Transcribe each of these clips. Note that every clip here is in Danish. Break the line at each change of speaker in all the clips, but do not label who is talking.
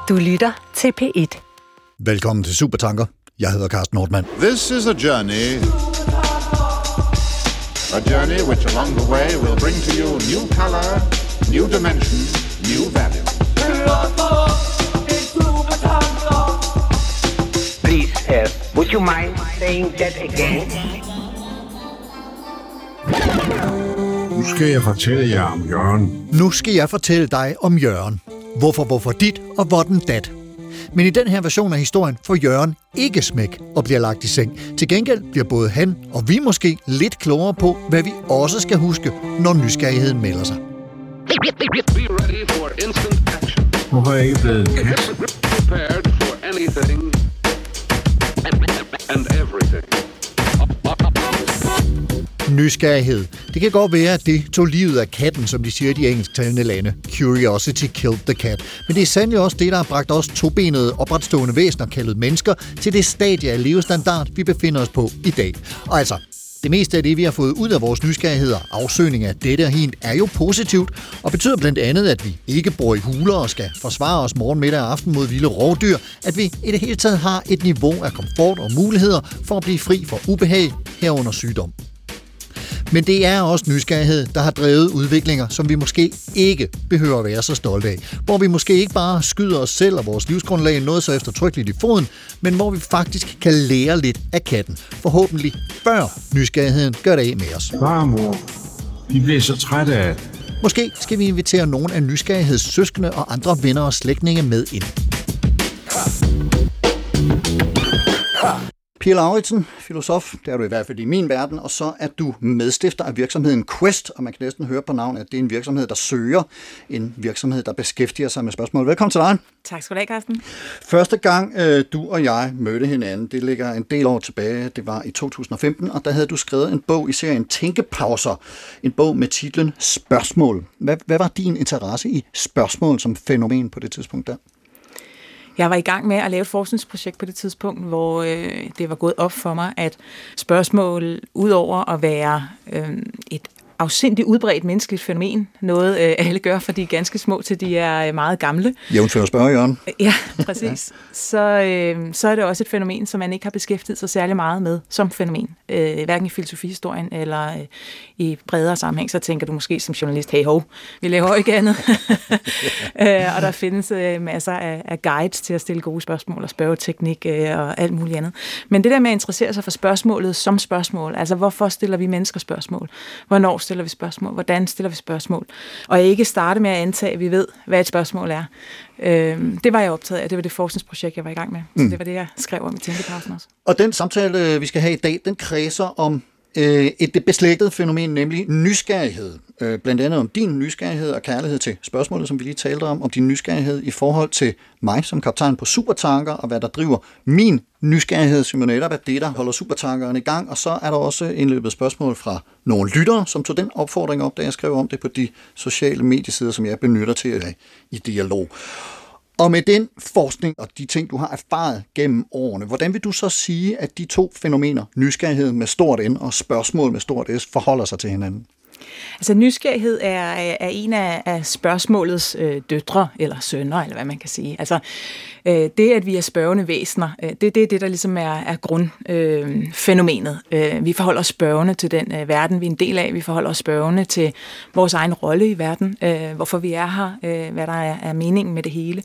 Du lytter til P1.
Velkommen til Supertanker. Jeg hedder Carsten Nordmann.
This is a journey which along the way will bring to you new color, new dimension, new value.
Please, would you mind saying that again?
Nu skal jeg fortælle jer om Jørgen.
Nu skal jeg fortælle dig om Jørgen. Hvorfor dit og hvordan dat. Men i den her version af historien får Jørgen ikke smæk og bliver lagt i seng. Til gengæld bliver både han og vi måske lidt klogere på, hvad vi også skal huske, når nysgerrigheden melder sig.
Hvorfor er jeg ikke blevet en kat?
Nysgerrighed. Det kan godt være, at det tog livet af katten, som de siger i de engelsktalende lande. Curiosity killed the cat. Men det er sandelig også det, der har bragt os tobenede, opretstående væsener, kaldet mennesker, til det stadie af levestandard, vi befinder os på i dag. Og altså, det meste af det, vi har fået ud af vores nysgerrighed og afsøgning af dette og hint, er jo positivt, og betyder blandt andet, at vi ikke bor i huler og skal forsvare os morgen, middag og aften mod vilde rovdyr, at vi i det hele taget har et niveau af komfort og muligheder for at blive fri for ubehag herunder sygdom. Men det er også nysgerrighed, der har drevet udviklinger, som vi måske ikke behøver at være så stolte af. Hvor vi måske ikke bare skyder os selv og vores livsgrundlag noget så eftertrykkeligt i foden, men hvor vi faktisk kan lære lidt af katten. Forhåbentlig før nysgerrigheden gør det af med os.
Farmor, de bliver så trætte af det.
Måske skal vi invitere nogle af nysgerrigheds søskende og andre venner og slægtninge med ind. Pia Lauritsen, filosof, det er du i hvert fald i min verden, og så er du medstifter af virksomheden Quest, og man kan næsten høre på navnet, at det er en virksomhed, der søger, en virksomhed, der beskæftiger sig med spørgsmål. Velkommen til dig.
Tak skal du have, Carsten.
Første gang du og jeg mødte hinanden, det ligger en del år tilbage, det var i 2015, og der havde du skrevet en bog i serien Tænkepauser, en bog med titlen Spørgsmål. Hvad var din interesse i spørgsmål som fænomen på det tidspunkt der?
Jeg var i gang med at lave et forskningsprojekt på det tidspunkt, hvor det var gået op for mig, at spørgsmål, udover at være et afsindigt udbredt menneskeligt fænomen, noget alle gør, fordi de er ganske små til de er meget gamle.
Jævnfør spørge, Jørgen.
Ja, præcis. Så er det også et fænomen, som man ikke har beskæftiget sig særlig meget med som fænomen. Hverken i filosofihistorien eller i bredere sammenhæng, så tænker du måske som journalist, hey ho, vi laver ikke andet. Og der findes masser af guides til at stille gode spørgsmål og spørgeteknik og alt muligt andet. Men det der med at interessere sig for spørgsmålet som spørgsmål, altså hvorfor stiller vi mennesker spørgsmål? Hvornår stiller vi spørgsmål? Hvordan stiller vi spørgsmål? Og ikke starte med at antage, at vi ved, hvad et spørgsmål er. Det var jeg optaget af. Det var det forskningsprojekt, jeg var i gang med. Så det var det, jeg skrev om i Tænkepausen også.
Og den samtale, vi skal have i dag, den kredser om et beslægtet fænomen, nemlig nysgerrighed. Blandt andet om din nysgerrighed og kærlighed til spørgsmålet, som vi lige talte om din nysgerrighed i forhold til mig som kaptajn på Supertanker, og hvad der driver min nysgerrighed, som jo netop er det, der holder Supertankeren i gang. Og så er der også indløbet spørgsmål fra nogle lyttere, som tog den opfordring op, da jeg skrev om det på de sociale mediesider, som jeg benytter til at have i dialog. Og med den forskning og de ting, du har erfaret gennem årene, hvordan vil du så sige, at de to fænomener, nysgerrighed med stort N og spørgsmål med stort S, forholder sig til hinanden?
Altså nysgerrighed er en af spørgsmålets døtre eller sønner, eller hvad man kan sige. Altså det, at vi er spørgende væsener, det er det, der ligesom er grundfænomenet. Vi forholder os spørgende til den verden, vi er en del af. Vi forholder os spørgende til vores egen rolle i verden, hvorfor vi er her, hvad der er meningen med det hele.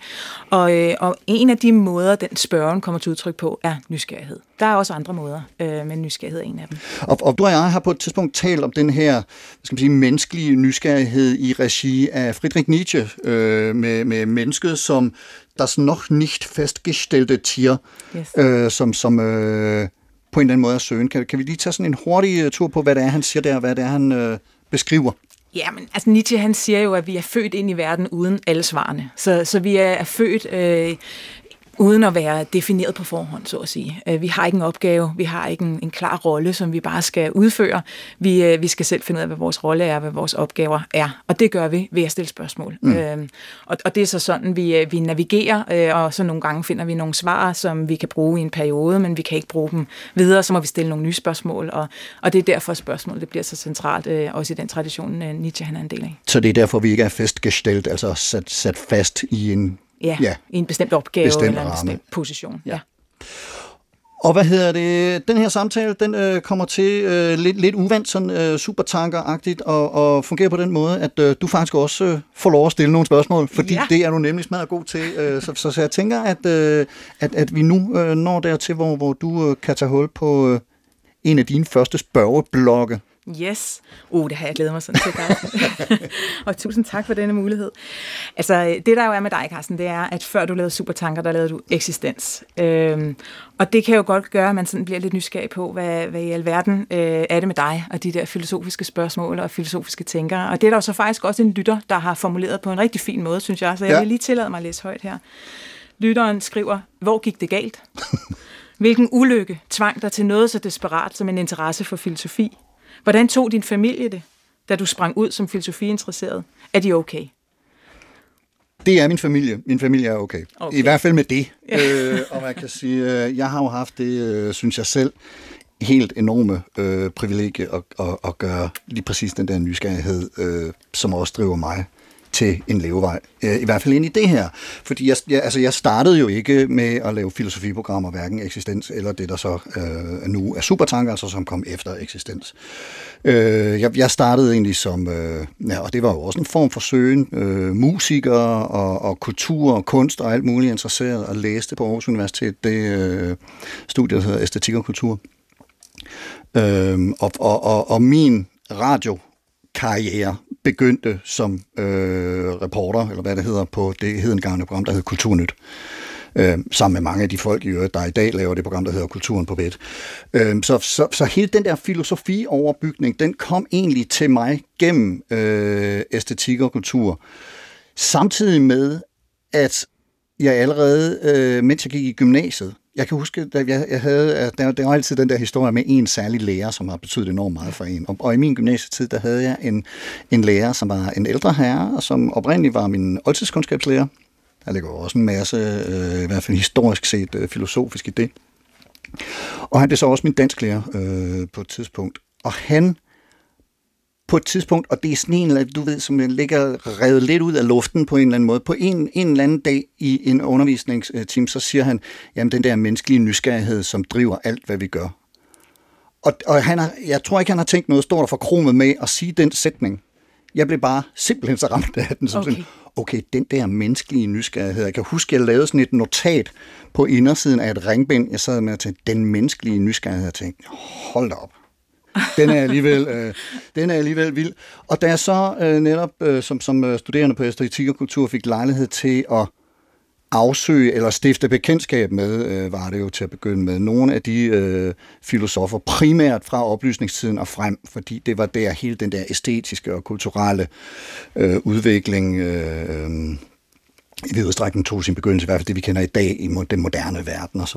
Og en af de måder, den spørgen kommer til udtryk på, er nysgerrighed. Der er også andre måder, men nysgerrighed er en af dem. Og
du og jeg har på et tidspunkt talt om den her menneskelige nysgerrighed i regi af Friedrich Nietzsche, med mennesket som das noch nicht festgestellte Tier, yes. Som på en eller anden måde er søgen. Kan vi lige tage sådan en hurtig tur på, hvad det er, han siger der, og hvad det er, han beskriver?
Ja, men altså Nietzsche, han siger jo, at vi er født ind i verden uden alle svarene. Så vi er født uden at være defineret på forhånd, så at sige. Vi har ikke en opgave, vi har ikke en klar rolle, som vi bare skal udføre. Vi skal selv finde ud af, hvad vores rolle er, hvad vores opgaver er. Og det gør vi ved at stille spørgsmål. Og det er så sådan, vi navigerer, og så nogle gange finder vi nogle svar, som vi kan bruge i en periode, men vi kan ikke bruge dem videre, så må vi stille nogle nye spørgsmål. Og det er derfor spørgsmålet det bliver så centralt, også i den tradition, Nietzsche han er en del af.
Så det er derfor, vi ikke er festgestellt, altså sat fast i
i en bestemt opgave eller en bestemt position. Ja.
Og den her samtale, den kommer til lidt uvandt, sådan supertanker-agtigt, og fungerer på den måde, at du faktisk også får lov at stille nogle spørgsmål, fordi det er du nemlig smadret god til. Så jeg tænker, at vi nu når dertil, hvor du kan tage hul på en af dine første spørgeblokke.
Yes. Det har jeg glædet mig sådan til dig. Og tusind tak for denne mulighed. Altså, det der jo er med dig, Carsten, det er, at før du lavede Supertanker, der lavede du eksistens. Og det kan jo godt gøre, at man sådan bliver lidt nysgerrig på, hvad i alverden er det med dig, og de der filosofiske spørgsmål og filosofiske tænkere. Og det er der jo så faktisk også en lytter, der har formuleret på en rigtig fin måde, synes jeg. Så jeg vil lige tillade mig at læse højt her. Lytteren skriver, hvor gik det galt? Hvilken ulykke tvang dig til noget så desperat som en interesse for filosofi? Hvordan tog din familie det, da du sprang ud som filosofiinteresseret? Er de okay?
Det er min familie. Min familie er okay. I hvert fald med det. Og man kan sige, jeg har jo haft det, synes jeg selv, helt enorme privilegie at gøre lige præcis den der nysgerrighed, som også driver mig til en levevej. I hvert fald ind i det her. Fordi jeg startede jo ikke med at lave filosofiprogrammer, hverken eksistens eller det, der så nu er Supertanker, altså som kom efter eksistens. Jeg startede egentlig som, og det var jo også en form for søgen, musiker og kultur og kunst og alt muligt interesseret, og læste på Aarhus Universitet det studie, der hedder æstetik og kultur. Og min radiokarriere begyndte som reporter, eller hvad det hedder, på det hedengangne program, der hedder Kulturnyt. Sammen med mange af de folk, der i dag laver det program, der hedder Kulturen på Bed. Så hele den der filosofioverbygning, den kom egentlig til mig gennem æstetik og kultur. Samtidig med, at jeg allerede, mens jeg gik i gymnasiet, jeg kan huske, at der var altid den der historie med en særlig lærer, som har betydet enormt meget for en. Og i min gymnasietid, der havde jeg en lærer, som var en ældre herre, som oprindeligt var min oldtidskundskabslærer. Der ligger også en masse, i hvert fald historisk set, filosofisk i det. Og han blev så også min dansklærer på et tidspunkt. Og han på et tidspunkt, og det er sådan en, du ved, som ligger revet lidt ud af luften på en eller anden måde. På en eller anden dag i en undervisningstime, så siger han, jamen den der menneskelige nysgerrighed, som driver alt, hvad vi gør. Og jeg tror ikke, han har tænkt noget stort og forkromet med at sige den sætning. Jeg blev bare simpelthen så ramt af den. Okay, den der menneskelige nysgerrighed. Jeg kan huske, jeg lavede sådan et notat på indersiden af et ringbind. Jeg sad med at tænke, den menneskelige nysgerrighed. Jeg tænkte, hold da op. Den er alligevel vild. Og da jeg så netop som studerende på æstetik og kultur fik lejlighed til at afsøge eller stifte bekendtskab med, var det jo til at begynde med, nogle af de filosofer, primært fra oplysningstiden og frem, fordi det var der hele den der æstetiske og kulturelle udvikling i vid udstrækning tog sin begyndelse, i hvert fald det vi kender i dag i den moderne verden osv.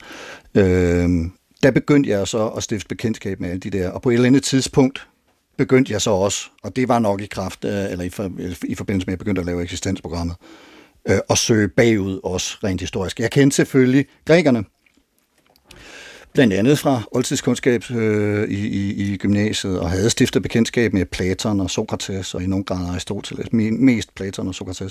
Der begyndte jeg så at stifte bekendtskab med alle de der, og på et eller andet tidspunkt begyndte jeg så også, og det var nok i kraft, eller i forbindelse med, at jeg begyndte at lave eksistensprogrammet, og søge bagud også rent historisk. Jeg kendte selvfølgelig grækerne, blandt andet fra oldtidskundskab i gymnasiet, og havde stiftet bekendtskab med Platon og Sokrates, og i nogen grad Aristoteles, mest Platon og Sokrates.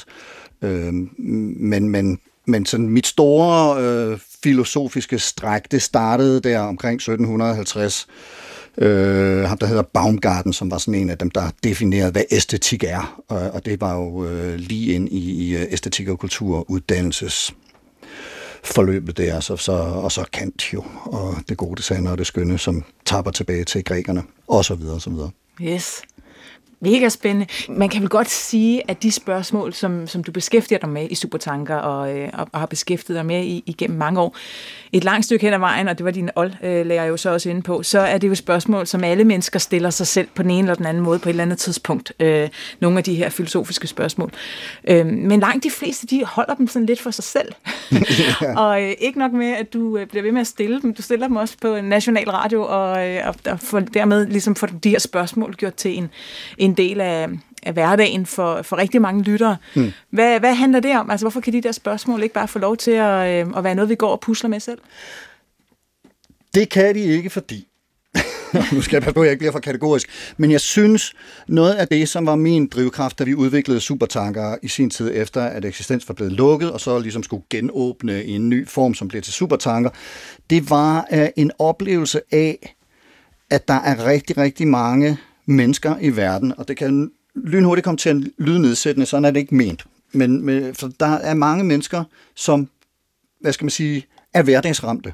Men sådan mit store filosofiske stræk, det startede der omkring 1750. Ham, der hedder Baumgarten, som var sådan en af dem, der definerede, hvad æstetik er. Og det var jo lige ind i æstetik og kulturuddannelsesforløbet der. Og så Kant jo, og det gode, det sande og det skønne, som tapper tilbage til grækerne, og så videre, og så videre.
Yes. Mega spændende. Man kan vel godt sige, at de spørgsmål, som du beskæftiger dig med i Supertanker og har beskæftiget dig med igennem mange år, et langt stykke hen ad vejen, og det var din lærer jo så også inde på, så er det jo spørgsmål, som alle mennesker stiller sig selv på den ene eller den anden måde på et eller andet tidspunkt. Nogle af de her filosofiske spørgsmål. Men langt de fleste, de holder dem sådan lidt for sig selv. Yeah. Og ikke nok med, at du bliver ved med at stille dem. Du stiller dem også på national radio, og dermed ligesom får de her spørgsmål gjort til en del af hverdagen for rigtig mange lyttere. Hvad handler det om? Altså, hvorfor kan de der spørgsmål ikke bare få lov til at være noget, vi går og pusler med selv?
Det kan de ikke, fordi Nu skal jeg passe på, at jeg ikke bliver for kategorisk. Men jeg synes, noget af det, som var min drivkraft, da vi udviklede supertanker i sin tid efter, at eksistens var blevet lukket, og så ligesom skulle genåbne i en ny form, som blev til supertanker, det var en oplevelse af, at der er rigtig, rigtig mange mennesker i verden, og det kan lynhurtigt komme til at lyde nedsættende, sådan er det ikke ment. Men for der er mange mennesker, som, er hverdagsramte,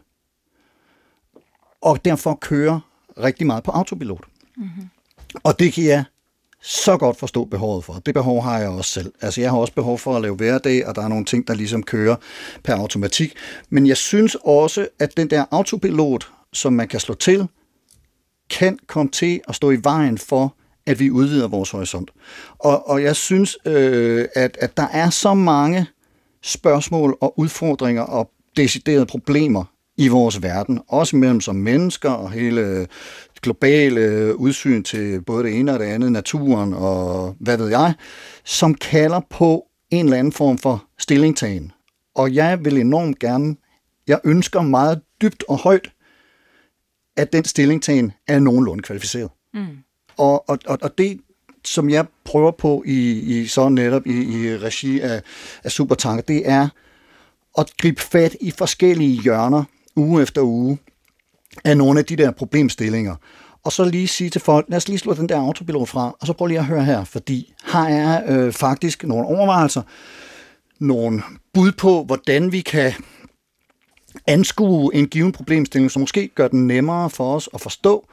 og derfor kører rigtig meget på autopilot. Mm-hmm. Og det kan jeg så godt forstå behovet for. Det behov har jeg også selv. Altså jeg har også behov for at lave hverdag, og der er nogle ting, der ligesom kører per automatik. Men jeg synes også, at den der autopilot, som man kan slå til, kan komme til at stå i vejen for, at vi udvider vores horisont. Og jeg synes, at der er så mange spørgsmål og udfordringer og deciderede problemer i vores verden, også mellem som mennesker og hele globale udsyn til både det ene og det andet, naturen og hvad ved jeg, som kalder på en eller anden form for stillingtagen. Og jeg vil enormt gerne, jeg ønsker meget dybt og højt, at den stillingtagen er nogenlunde kvalificeret. Mm. Og det, som jeg prøver på i så netop i regi af supertanker, det er at gribe fat i forskellige hjørner, uge efter uge, af nogle af de der problemstillinger. Og så lige sige til folk, lad os lige slå den der autopilot fra, og så prøv lige at høre her, fordi her er faktisk nogle overvejelser, nogle bud på, hvordan vi kan anskue en given problemstilling, som måske gør den nemmere for os at forstå,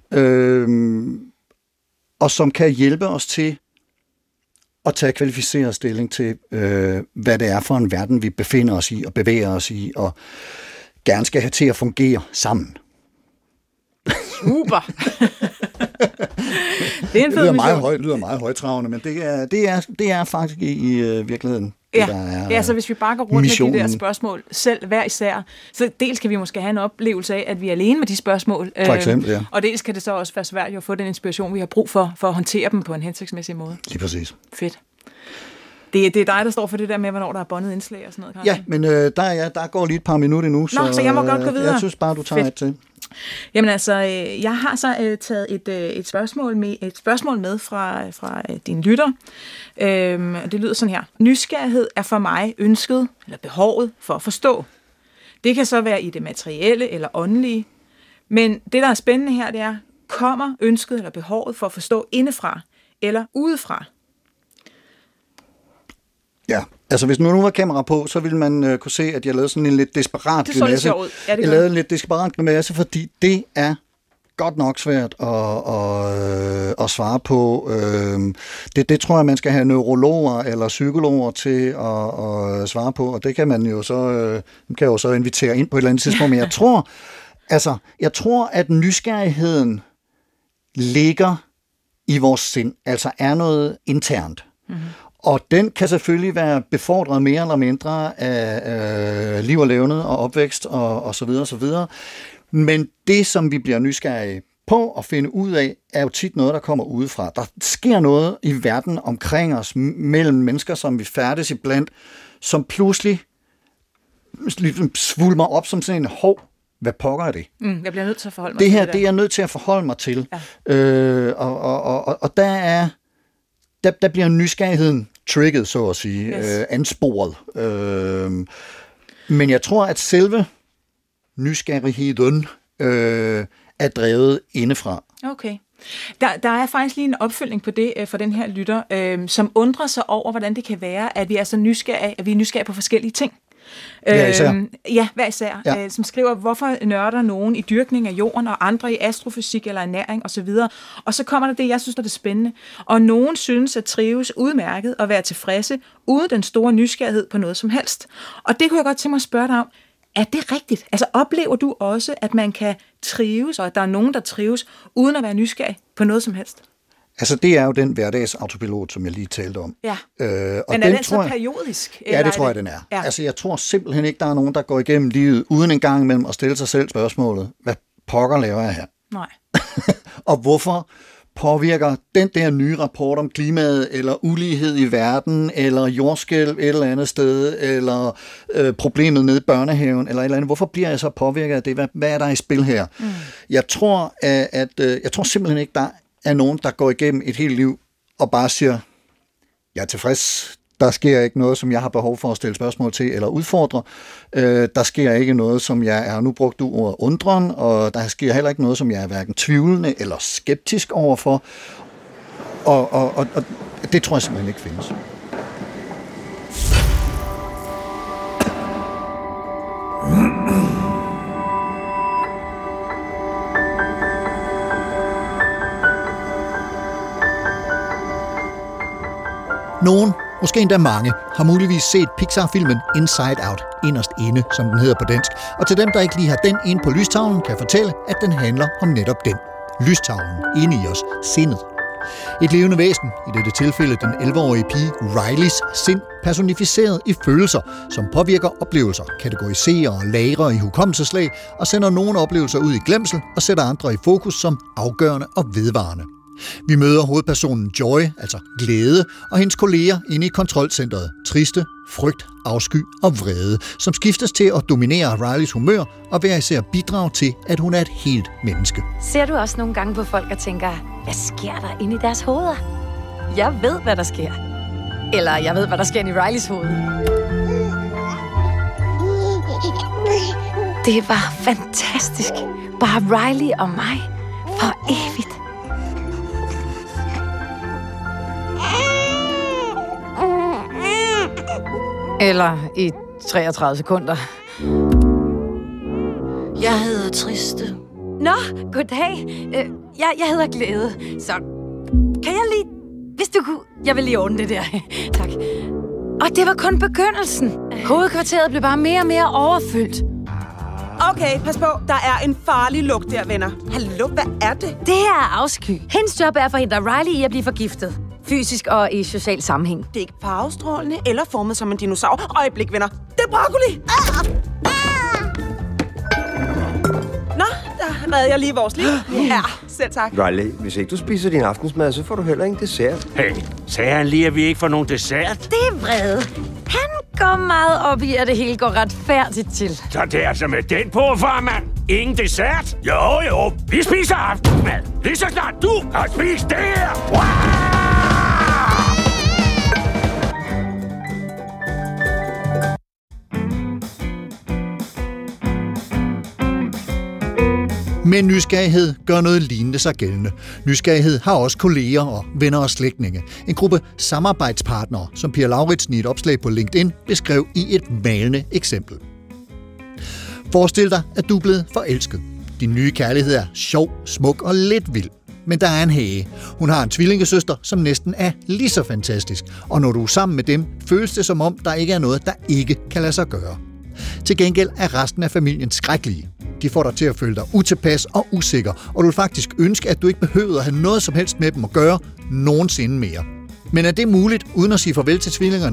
og som kan hjælpe os til at tage kvalificeret stilling til, hvad det er for en verden, vi befinder os i og bevæger os i, og gerne skal have til at fungere sammen.
Super! Det er en fed mission.
Lyder meget højtravende, men det er faktisk i virkeligheden.
Ja, så hvis vi bare går rundt missionen. Med de der spørgsmål selv hver især, så dels kan vi måske have en oplevelse af, at vi er alene med de spørgsmål.
For eksempel, ja.
Og dels kan det så også være svært at få den inspiration, vi har brug for at håndtere dem på en hensigtsmæssig måde.
Lige præcis.
Fedt. Det er dig, der står for det der med, hvornår der er båndet indslag og sådan noget, Karin.
Ja, men der går lige et par minutter nu.
Så jeg må godt gå videre.
Jeg synes bare, du tager et til.
Jamen altså, jeg har så taget et spørgsmål med fra din lytter. Det lyder sådan her. Nysgerrighed er for mig ønsket, eller behovet for at forstå. Det kan så være i det materielle eller åndelige. Men det, der er spændende her, det er, kommer ønsket eller behovet for at forstå indefra eller udefra?
Ja, altså hvis nu var kamera på, så ville man kunne se, at jeg lavede sådan en lidt desperat grimasse.
Ja,
jeg lavede en lidt desperat grimasse, fordi det er godt nok svært at svare på. Det tror jeg, man skal have neurologer eller psykologer til at svare på, og det kan man jo så invitere ind på et eller andet tidspunkt. Men jeg tror, at nysgerrigheden ligger i vores sind, altså er noget internt. Mm-hmm. Og den kan selvfølgelig være befordret mere eller mindre af liv og levned og opvækst og så videre og så videre. Men det, som vi bliver nysgerrige på at finde ud af, er jo tit noget, der kommer udefra. Der sker noget i verden omkring os, mellem mennesker, som vi færdes iblandt, som pludselig svulmer op som sådan en hvad pokker er det?
Jeg bliver nødt til at forholde mig
til
det
her. Det er jeg nødt til at forholde mig til. Ja. Og der bliver nysgerrigheden trigget, så at sige, ansporet. Men jeg tror, at selve nysgerrigheden er drevet indefra.
Okay. Der er faktisk lige en opfølgning på det for den her lytter, som undrer sig over, hvordan det kan være, at vi er så nysgerrige på forskellige ting.
Hver
især. Ja. Som skriver, hvorfor nørder nogen i dyrkning af jorden, og andre i astrofysik eller ernæring osv. Og så kommer der det, jeg synes, der er det spændende. Og nogen synes at trives udmærket og være tilfredse, uden den store nysgerrighed på noget som helst. Og det kunne jeg godt tænke mig at spørge dig om. Er det rigtigt? Altså oplever du også, at man kan trives, og at der er nogen, der trives, uden at være nysgerrig på noget som helst?
Altså, det er jo den hverdagsautopilot, som jeg lige talte om.
Ja.
Og
men er den så periodisk?
Ja, det tror jeg, den er. Ja. Altså, jeg tror simpelthen ikke, der er nogen, der går igennem livet, uden en gang imellem at stille sig selv spørgsmålet, hvad pokker laver jeg her?
Nej.
Og hvorfor påvirker den der nye rapport om klimaet, eller ulighed i verden, eller jordskælv et eller andet sted, eller problemet nede i børnehaven, eller et eller andet. Hvorfor bliver jeg så påvirket af det? Hvad er der i spil her? Jeg tror, jeg tror simpelthen ikke, der er nogen, der går igennem et helt liv og bare siger, jeg er tilfreds. Der sker ikke noget, som jeg har behov for at stille spørgsmål til eller udfordre. Der sker ikke noget, som jeg er, nu brugt du ordet undren, og der sker heller ikke noget, som jeg er hverken tvivlende eller skeptisk overfor. Og det tror jeg simpelthen ikke findes.
Nogen, måske endda mange, har muligvis set Pixar-filmen Inside Out, inderst inde, som den hedder på dansk. Og til dem, der ikke lige har den inde på lystavlen, kan jeg fortælle, at den handler om netop den. Lystavlen inde i os, sindet. Et levende væsen, i dette tilfælde den 11-årige pige Rileys sind, personificeret i følelser, som påvirker oplevelser, kategoriserer og lagrer i hukommelseslag og sender nogle oplevelser ud i glemsel og sætter andre i fokus som afgørende og vedvarende. Vi møder hovedpersonen Joy, altså glæde, og hendes kolleger inde i kontrolcentret. Triste, frygt, afsky og vrede, som skiftes til at dominere Rileys humør og hver især bidrage til, at hun er et helt menneske.
Ser du også nogle gange på folk og tænker, hvad sker der inde i deres hoveder? Jeg ved, hvad der sker. Eller jeg ved, hvad der sker inde i Rileys hoved. Det var fantastisk. Bare Riley og mig. For evigt. Eller i 33 sekunder.
Jeg hedder Triste.
Nå, goddag. Jeg hedder Glæde. Så kan jeg lige... Hvis du kunne... Jeg vil lige ordne det der. Tak. Og det var kun begyndelsen. Hovedkvarteret blev bare mere og mere overfyldt.
Okay, pas på. Der er en farlig lugt der, venner. Hallo, hvad er det?
Det her er afsky. Hendes job er at forhindre Riley i at blive forgiftet. Fysisk og i social sammenhæng.
Det er ikke farvestrålende eller formet som en dinosaur. Øjeblik, venner. Det er broccoli! Nå, der redder jeg lige vores liv. Ja, selv tak.
Riley, hvis ikke du spiser din aftensmad, så får du heller ingen dessert.
Hey, sagde han lige, at vi ikke får nogen dessert?
Det er vrede. Han går meget op i, at det hele går retfærdigt til.
Så det er altså med den på, farmand. Ingen dessert? Jo, vi spiser aftensmad. Lige så snart du har spist det her. Wow!
Men nysgerrighed gør noget lignende sig gældende. Nysgerrighed har også kolleger og venner og slægtninge. En gruppe samarbejdspartnere, som Pia Lauritsen i et opslag på LinkedIn beskrev i et malende eksempel. Forestil dig, at du er blevet forelsket. Din nye kærlighed er sjov, smuk og lidt vild. Men der er en hage. Hun har en tvillingesøster, som næsten er lige så fantastisk. Og når du er sammen med dem, føles det som om, der ikke er noget, der ikke kan lade sig gøre. Til gengæld er resten af familien skrækkelige. De får dig til at føle dig utilpas og usikker, og du vil faktisk ønske, at du ikke behøvede at have noget som helst med dem at gøre nogensinde mere. Men er det muligt, uden at sige farvel til tvillingerne?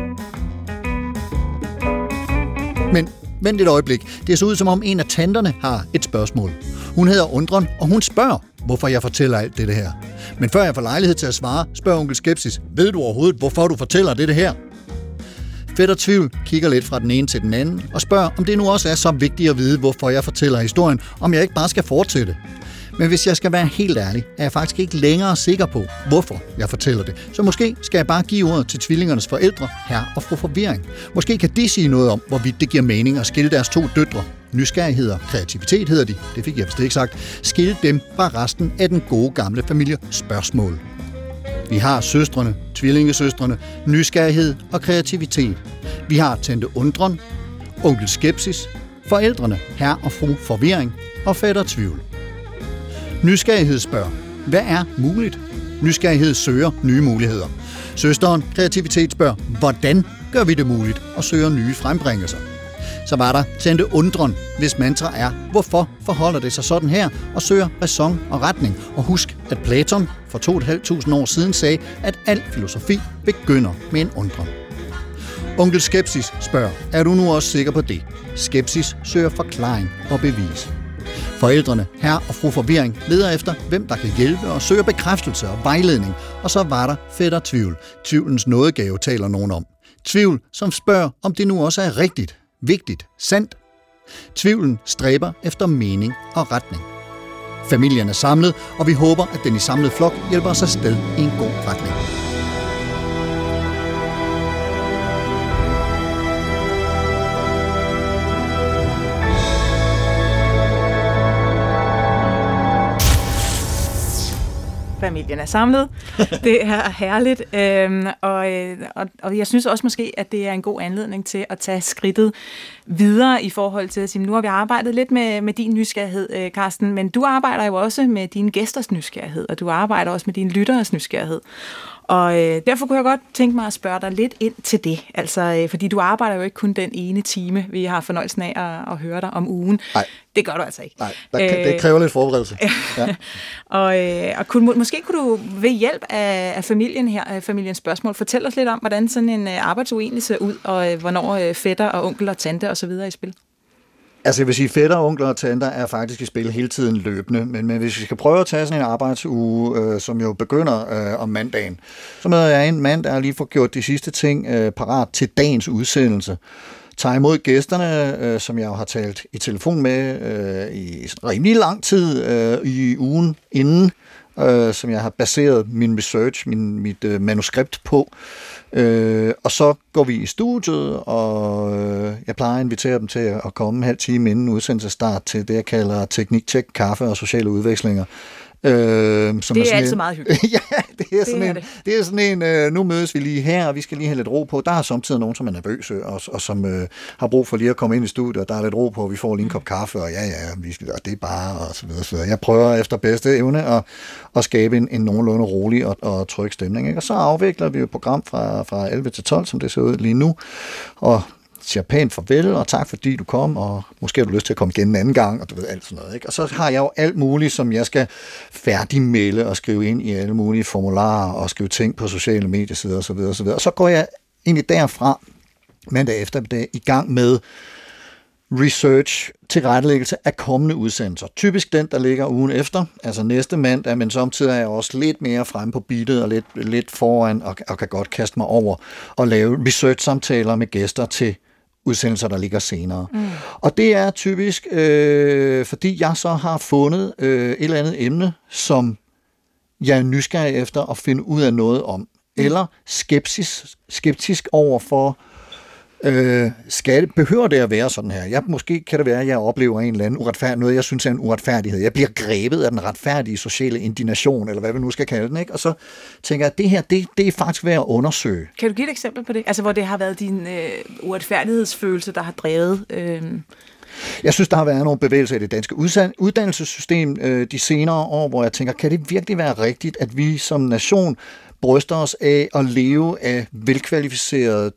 Men vent et øjeblik. Det er så ud, som om en af tanterne har et spørgsmål. Hun hedder Undren, og hun spørger, hvorfor jeg fortæller alt det her. Men før jeg får lejlighed til at svare, spørger onkel Skepsis, ved du overhovedet, hvorfor du fortæller det her? Fætter Tvivl kigger lidt fra den ene til den anden og spørger, om det nu også er så vigtigt at vide, hvorfor jeg fortæller historien, om jeg ikke bare skal fortsætte. Men hvis jeg skal være helt ærlig, er jeg faktisk ikke længere sikker på, hvorfor jeg fortæller det. Så måske skal jeg bare give ordet til tvillingernes forældre, herre og fru Forvirring. Måske kan de sige noget om, hvorvidt det giver mening at skille deres to døtre. Nysgerrighed og kreativitet hedder de, det fik jeg vist ikke sagt. Skille dem fra resten af den gode gamle familie spørgsmål. Vi har søstrene, tvillingesøstrene, nysgerrighed og kreativitet. Vi har tante Undren, onkel Skepsis, forældrene, herre og fru Forvirring og fætter Tvivl. Nysgerrighed spørger, hvad er muligt? Nysgerrighed søger nye muligheder. Søsteren, kreativitet spørger, hvordan gør vi det muligt? Og søger nye frembringelser. Så var der tante Undren, hvis mantra er, hvorfor forholder det sig sådan her, og søger ræson og retning. Og husk, at Platon for 2.500 år siden sagde, at al filosofi begynder med en undren. Onkel Skepsis spørger, er du nu også sikker på det? Skepsis søger forklaring og bevis. Forældrene, herre og fru Forvirring, leder efter, hvem der kan hjælpe og søger bekræftelse og vejledning. Og så var der fætter tvivl. Tvivlens nådegave taler nogen om. Tvivl, som spørger, om det nu også er rigtigt, vigtigt, sandt. Tvivlen stræber efter mening og retning. Familien er samlet, og vi håber, at den i samlet flok hjælper os afsted i en god retning.
Familien er samlet. Det er herligt. Og jeg synes også måske, at det er en god anledning til at tage skridtet videre i forhold til at sige, nu har vi arbejdet lidt med din nysgerrighed, Carsten, men du arbejder jo også med dine gæsters nysgerrighed, og du arbejder også med dine lytteres nysgerrighed. Og derfor kunne jeg godt tænke mig at spørge dig lidt ind til det. Altså, fordi du arbejder jo ikke kun den ene time, vi har fornøjelsen af at høre dig om ugen.
Nej.
Det gør du altså ikke.
Nej, det kræver lidt forberedelse. Ja.
og måske kunne du ved hjælp af familien her, familiens spørgsmål, fortælle os lidt om, hvordan sådan en arbejdsuenighed ser ud, og hvornår fætter og onkel og tante og så videre i spil.
Altså jeg vil sige, fætter, onkler og tanter er faktisk i spil hele tiden løbende, men hvis vi skal prøve at tage sådan en arbejdsuge, som jo begynder om mandagen, så møder jeg en mand, der lige får gjort de sidste ting parat til dagens udsendelse. Tager imod gæsterne, som jeg jo har talt i telefon med i rimelig lang tid i ugen inden, som jeg har baseret min research, mit manuskript på. Og så går vi i studiet, og jeg plejer at invitere dem til at komme en halv time inden udsendelsesstart til det, jeg kalder tekniktjek, kaffe og sociale udvekslinger.
Som det er altid meget hyggeligt.
Ja, det er sådan en, nu mødes vi lige her, og vi skal lige have lidt ro på. Der er samtidig nogen, som er nervøse, og som har brug for lige at komme ind i studiet, og der er lidt ro på, og vi får lige en kop kaffe, og og det er bare, og så videre, så videre. Jeg prøver efter bedste evne at skabe en nogenlunde rolig og tryg stemning, ikke? Og så afvikler vi et program fra 11 til 12, som det ser ud lige nu, og siger pænt farvel, og tak fordi du kom, og måske har du lyst til at komme igen en anden gang, og du ved alt sådan noget, ikke? Og så har jeg jo alt muligt, som jeg skal færdigmelde og skrive ind i alle mulige formularer, og skrive ting på sociale mediesider, osv. Og så går jeg egentlig derfra, mandag eftermiddag, i gang med research til rettelæggelse af kommende udsendelser. Typisk den, der ligger ugen efter, altså næste mandag, men samtidig er jeg også lidt mere fremme på beatet og lidt foran, og kan godt kaste mig over og lave research-samtaler med gæster til udsendelser, der ligger senere. Og det er typisk, fordi jeg så har fundet et eller andet emne, som jeg er nysgerrig efter at finde ud af noget om, eller skeptisk over for, behøver det at være sådan her? Måske kan det være, at jeg oplever en eller anden uretfærdighed, noget jeg synes er en uretfærdighed. Jeg bliver grebet af den retfærdige sociale indignation, eller hvad vi nu skal kalde den, ikke? Og så tænker jeg, at det her, det er faktisk værd at undersøge.
Kan du give et eksempel på det? Altså, hvor det har været din uretfærdighedsfølelse, der har drevet...
Jeg synes, der har været nogle bevægelser i det danske uddannelsessystem de senere år, hvor jeg tænker, kan det virkelig være rigtigt, at vi som nation bryster os af at leve af velkvalificerede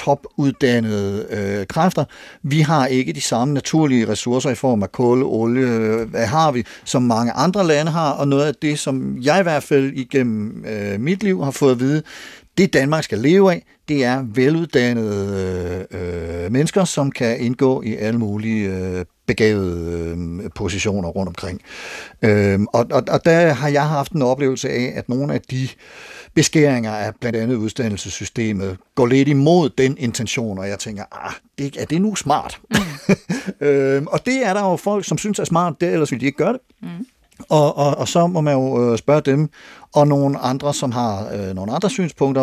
topuddannede kræfter. Vi har ikke de samme naturlige ressourcer i form af kul, olie, hvad har vi, som mange andre lande har, og noget af det, som jeg i hvert fald igennem mit liv har fået at vide, det Danmark skal leve af, det er veluddannede mennesker, som kan indgå i alle mulige begavede positioner rundt omkring. Og der har jeg haft en oplevelse af, at nogle af de beskæringer af blandt andet uddannelsessystemet går lidt imod den intention, og jeg tænker, er det nu smart? Og det er der jo folk, som synes er smart, ellers vil de ikke gøre det. Og så må man jo spørge dem, og nogle andre, som har nogle andre synspunkter,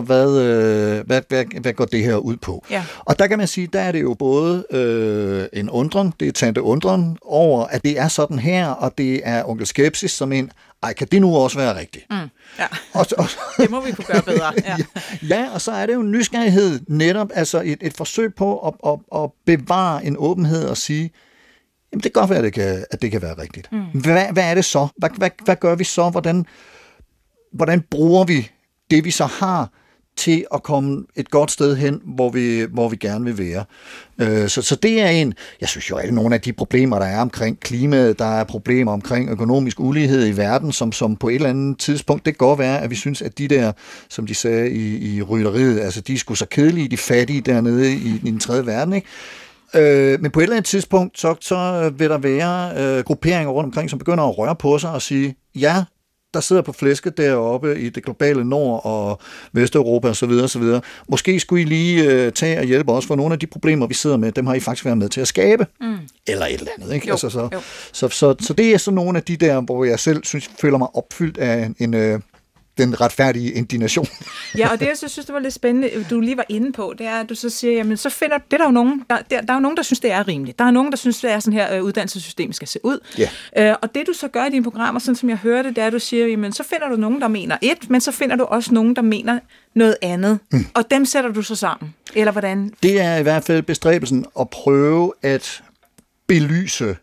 hvad går det her ud på? Ja. Og der kan man sige, der er det jo både en undren, det er tante undren over, at det er sådan her, og det er onkel skepsis som en, kan det nu også være rigtigt?
Ja. Det må vi kunne gøre bedre.
Ja, og så er det jo en nysgerrighed netop, altså et forsøg på at bevare en åbenhed og sige, jamen det kan godt være, at det kan være rigtigt. Hvad er det så? Hvad gør vi så? Hvordan bruger vi det, vi så har, til at komme et godt sted hen, hvor vi gerne vil være? Så det er jeg synes jo, at nogle af de problemer, der er omkring klimaet, der er problemer omkring økonomisk ulighed i verden, som på et eller andet tidspunkt, det kan godt være, at vi synes, at de der, som de sagde i rytteriet, altså de er sgu så kedelige, de fattige dernede i den tredje verden, ikke? Men på et eller andet tidspunkt, så vil der være grupperinger rundt omkring, som begynder at røre på sig og sige, ja, der sidder på flæsket deroppe i det globale Nord og Vesteuropa osv. osv. Måske skulle I lige tage og hjælpe os, for nogle af de problemer, vi sidder med, dem har I faktisk været med til at skabe. Eller et eller andet, ikke?
Jo,
altså, så det er så nogle af de der, hvor jeg selv føler mig opfyldt af den retfærdige indignation.
Ja, og det, jeg synes, det var lidt spændende, du lige var inde på, det er, at du så siger, jamen, så finder det er der jo nogen, der er jo nogen, der synes, det er rimeligt. Der er nogen, der synes, det er sådan her, uddannelsessystemet skal se ud. Yeah. Og det, du så gør i dine programmer, sådan som jeg hørte, det er, at du siger, jamen, så finder du nogen, der mener et, men så finder du også nogen, der mener noget andet. Og dem sætter du så sammen. Eller hvordan?
Det er i hvert fald bestræbelsen at prøve at belyse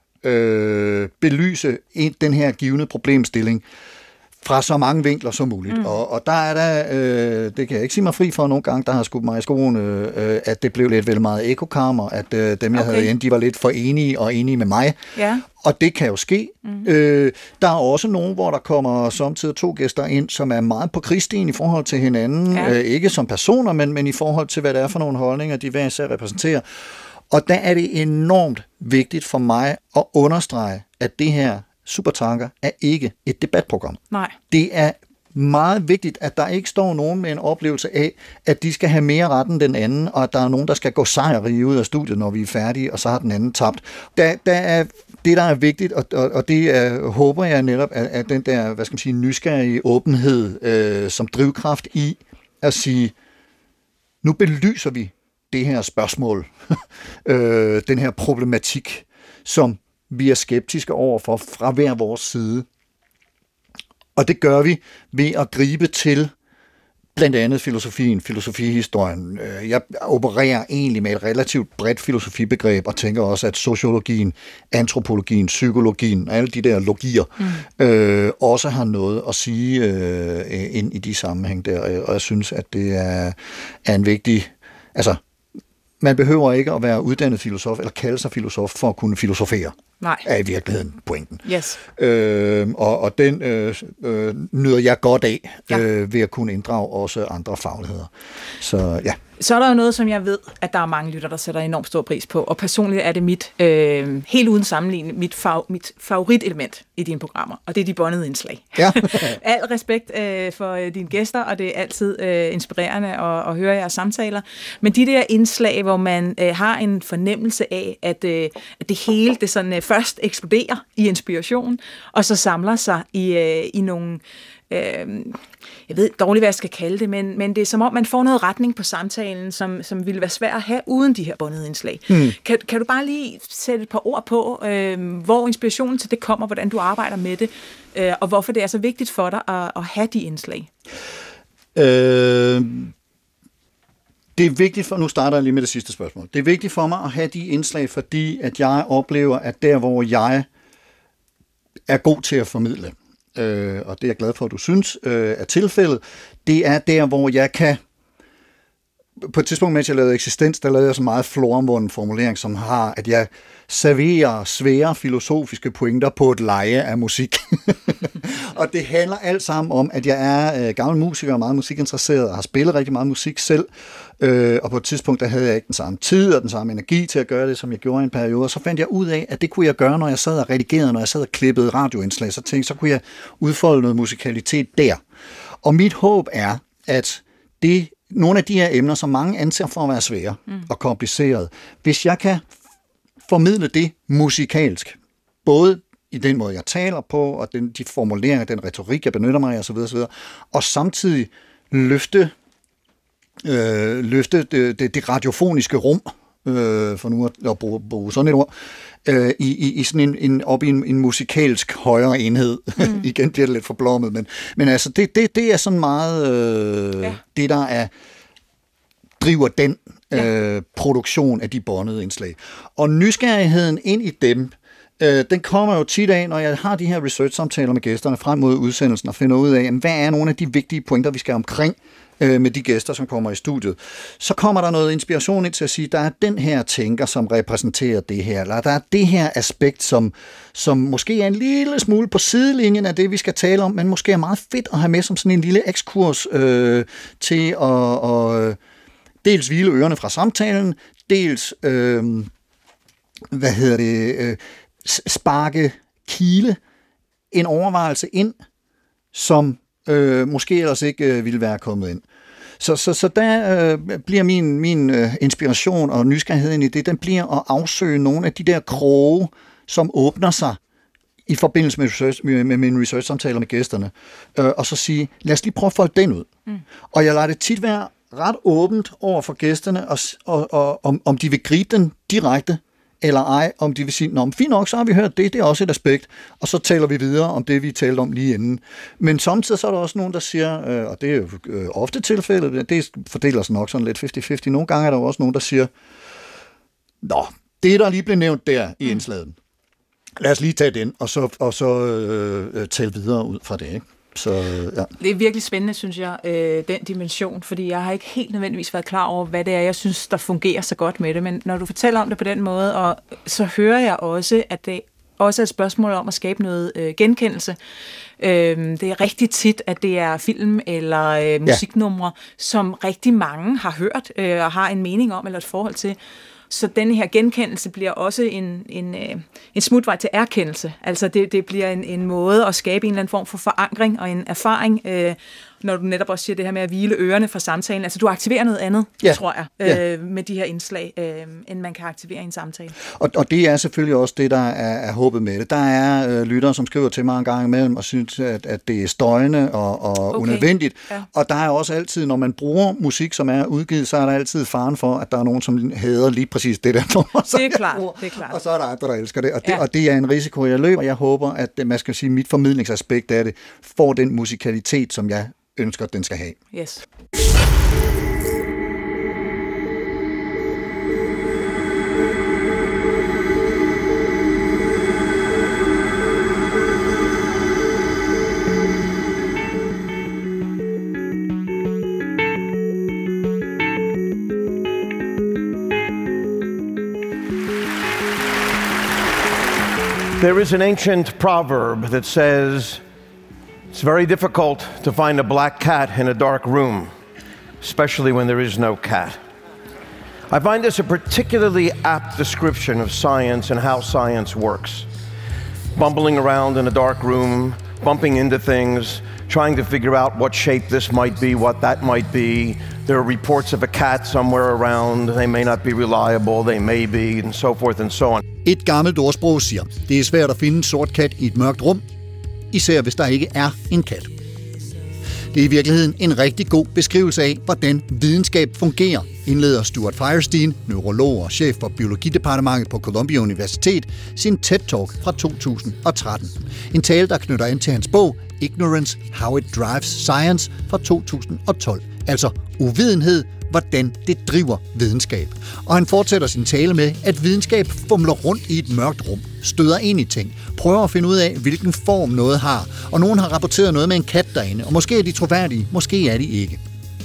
den her givne problemstilling fra så mange vinkler som muligt. Og der er der, det kan jeg ikke sige mig fri for nogle gange, der har skudt mig i skoen, at det blev lidt vel meget ekokammer, at dem, jeg havde inde, de var lidt for enige og enige med mig. Ja. Og det kan jo ske. Der er også nogen, hvor der kommer samtidig 2 gæster ind, som er meget på krigsstien i forhold til hinanden. Ikke som personer, men i forhold til, hvad det er for nogle holdninger, de hver især repræsenterer. Og der er det enormt vigtigt for mig at understrege, at det her Supertanker er ikke et debatprogram.
Nej.
Det er meget vigtigt, at der ikke står nogen med en oplevelse af, at de skal have mere ret end den anden, og at der er nogen, der skal gå sejrige ud af studiet, når vi er færdige, og så har den anden tabt. Der er det, der er vigtigt, og det håber jeg netop, at den der, hvad skal man sige, nysgerrige åbenhed som drivkraft i at sige, nu belyser vi det her spørgsmål, den her problematik, som vi er skeptiske overfor fra hver vores side. Og det gør vi ved at gribe til blandt andet filosofihistorien. Jeg opererer egentlig med et relativt bredt filosofibegreb, og tænker også, at sociologien, antropologien, psykologien, alle de der logier, også har noget at sige ind i de sammenhæng der. Og jeg synes, at det er en vigtig... Altså, man behøver ikke at være uddannet filosof, eller kalde sig filosof, for at kunne filosofere.
Nej.
Er i virkeligheden pointen.
Yes.
Og den nyder jeg godt af, ved at kunne inddrage også andre fagligheder. Så ja.
Så er der jo noget, som jeg ved, at der er mange lytter, der sætter enormt stor pris på, og personligt er det mit, helt uden sammenligning, mit favoritelement i dine programmer, og det er de båndede indslag. Ja. Al respekt for dine gæster, og det er altid inspirerende at høre jeres samtaler, men de der indslag, hvor man har en fornemmelse af, at det hele det sådan først eksploderer i inspiration, og så samler sig i nogle... jeg ved dårligt, hvad jeg skal kalde det, men det er som om, man får noget retning på samtalen, som ville være svært at have uden de her båndede indslag. Kan du bare lige sætte et par ord på, hvor inspirationen til det kommer, hvordan du arbejder med det, og hvorfor det er så vigtigt for dig at have de indslag?
Det er vigtigt for, nu starter jeg lige med det sidste spørgsmål. Det er vigtigt for mig at have de indslag, fordi at jeg oplever, at der, hvor jeg er god til at formidle, og det er jeg glad for, at du synes er tilfældet, det er der, hvor jeg kan... På et tidspunkt, mens jeg lavede Eksistens, der lavede jeg så meget floromvunden formulering, som har, at jeg serverer svære filosofiske pointer på et leje af musik. Og det handler alt sammen om, at jeg er gammel musiker og meget musikinteresseret, og har spillet rigtig meget musik selv, og på et tidspunkt, der havde jeg ikke den samme tid og den samme energi til at gøre det, som jeg gjorde i en periode, og så fandt jeg ud af, at det kunne jeg gøre, når jeg sad og redigerede, når jeg sad og klippede radioindslag, så tænkte jeg, så kunne jeg udfolde noget musikalitet der. Og mit håb er, at nogle af de her emner, som mange anser for at være svære og komplicerede, hvis jeg kan formidle det musikalsk, både i den måde, jeg taler på, og de formuleringer, den retorik, jeg benytter mig af, osv., og samtidig løfte det radiofoniske rum, for nu at bruge sådan et ord, i sådan en musikalsk højere enhed. Igen bliver det lidt forblommet, men altså, det er sådan meget det, der driver den produktion af de båndede indslag. Og nysgerrigheden ind i dem, den kommer jo tit af, når jeg har de her research-samtaler med gæsterne frem mod udsendelsen, og finder ud af, hvad er nogle af de vigtige pointer, vi skal omkring med de gæster, som kommer i studiet. Så kommer der noget inspiration ind til at sige, der er den her tænker, som repræsenterer det her, eller der er det her aspekt, som måske er en lille smule på sidelinjen af det, vi skal tale om, men måske er meget fedt at have med som sådan en lille ekskurs til at dels hvile ørerne fra samtalen, dels sparke kile en overvejelse ind, som måske ellers ikke ville være kommet ind. Så der bliver min inspiration og nysgerrighed ind i det, den bliver at afsøge nogle af de der kroge, som åbner sig i forbindelse med mine research-samtaler med gæsterne, og så sige, lad os lige prøve at folde den ud. Og jeg lader det tit være ret åbent over for gæsterne, og om de vil gribe den direkte, eller ej, om de vil sige, nå, fint nok, så har vi hørt det er også et aspekt, og så taler vi videre om det, vi talte om lige inden. Men samtidig så er der også nogen, der siger, og det er jo ofte tilfældet, det fordeler sig nok sådan lidt 50-50, nogle gange er der også nogen, der siger, nå, det der lige blev nævnt der i indslaget, lad os lige tage den, og så tale videre ud fra det, ikke? Så, ja.
Det er virkelig spændende, synes jeg, den dimension, fordi jeg har ikke helt nødvendigvis været klar over, hvad det er, jeg synes, der fungerer så godt med det, men når du fortæller om det på den måde, og så hører jeg også, at det også er et spørgsmål om at skabe noget genkendelse. Det er rigtig tit, at det er film eller musiknumre, som rigtig mange har hørt og har en mening om eller et forhold til. Så denne her genkendelse bliver også en smutvej til erkendelse. Altså det bliver en måde at skabe en eller anden form for forankring og en erfaring, når du netop også siger det her med at hvile ørerne fra samtalen. Altså du aktiverer noget andet, tror jeg, med de her indslag, end man kan aktivere i en samtale.
Og det er selvfølgelig også det, der er håbet med det. Der er lyttere, som skriver til mig en gang imellem og synes, at det er støjende og unødvendigt. Ja. Og der er også altid, når man bruger musik, som er udgivet, så er der altid faren for, at der er nogen, som hader lige præcis det der.
Det er klart.
Og så er der andre, der elsker det. Og det er en risiko, jeg løber. Jeg håber, at man skal sige, mit formidlingsaspekt af det får den musikalitet, som jeg ønsker, den skal have.
Yes.
There is an ancient proverb that says, it's very difficult to find a black cat in a dark room, especially when there is no cat. I find this a particularly apt description of science and how science works. Bumbling around in a dark room, bumping into things, trying to figure out what shape this might be, what that might be. There are reports of a cat somewhere around. They may not be reliable, they may be, and so forth and so on.
Et gammelt ordsprog siger, det er svært at finde en sort kat i et mørkt rum, især hvis der ikke er en kat. Det er i virkeligheden en rigtig god beskrivelse af, hvordan videnskab fungerer, indleder Stuart Firestein, neurolog og chef for biologidepartementet på Columbia Universitet, sin TED-talk fra 2013. En tale, der knytter an til hans bog Ignorance, How It Drives Science fra 2012. Altså uvidenhed, hvordan det driver videnskab. Og han fortsætter sin tale med, at videnskab fumler rundt i et mørkt rum, støder ind i ting, prøver at finde ud af, hvilken form noget har, og nogen har rapporteret noget med en kat derinde, og måske er de troværdige, måske er de ikke.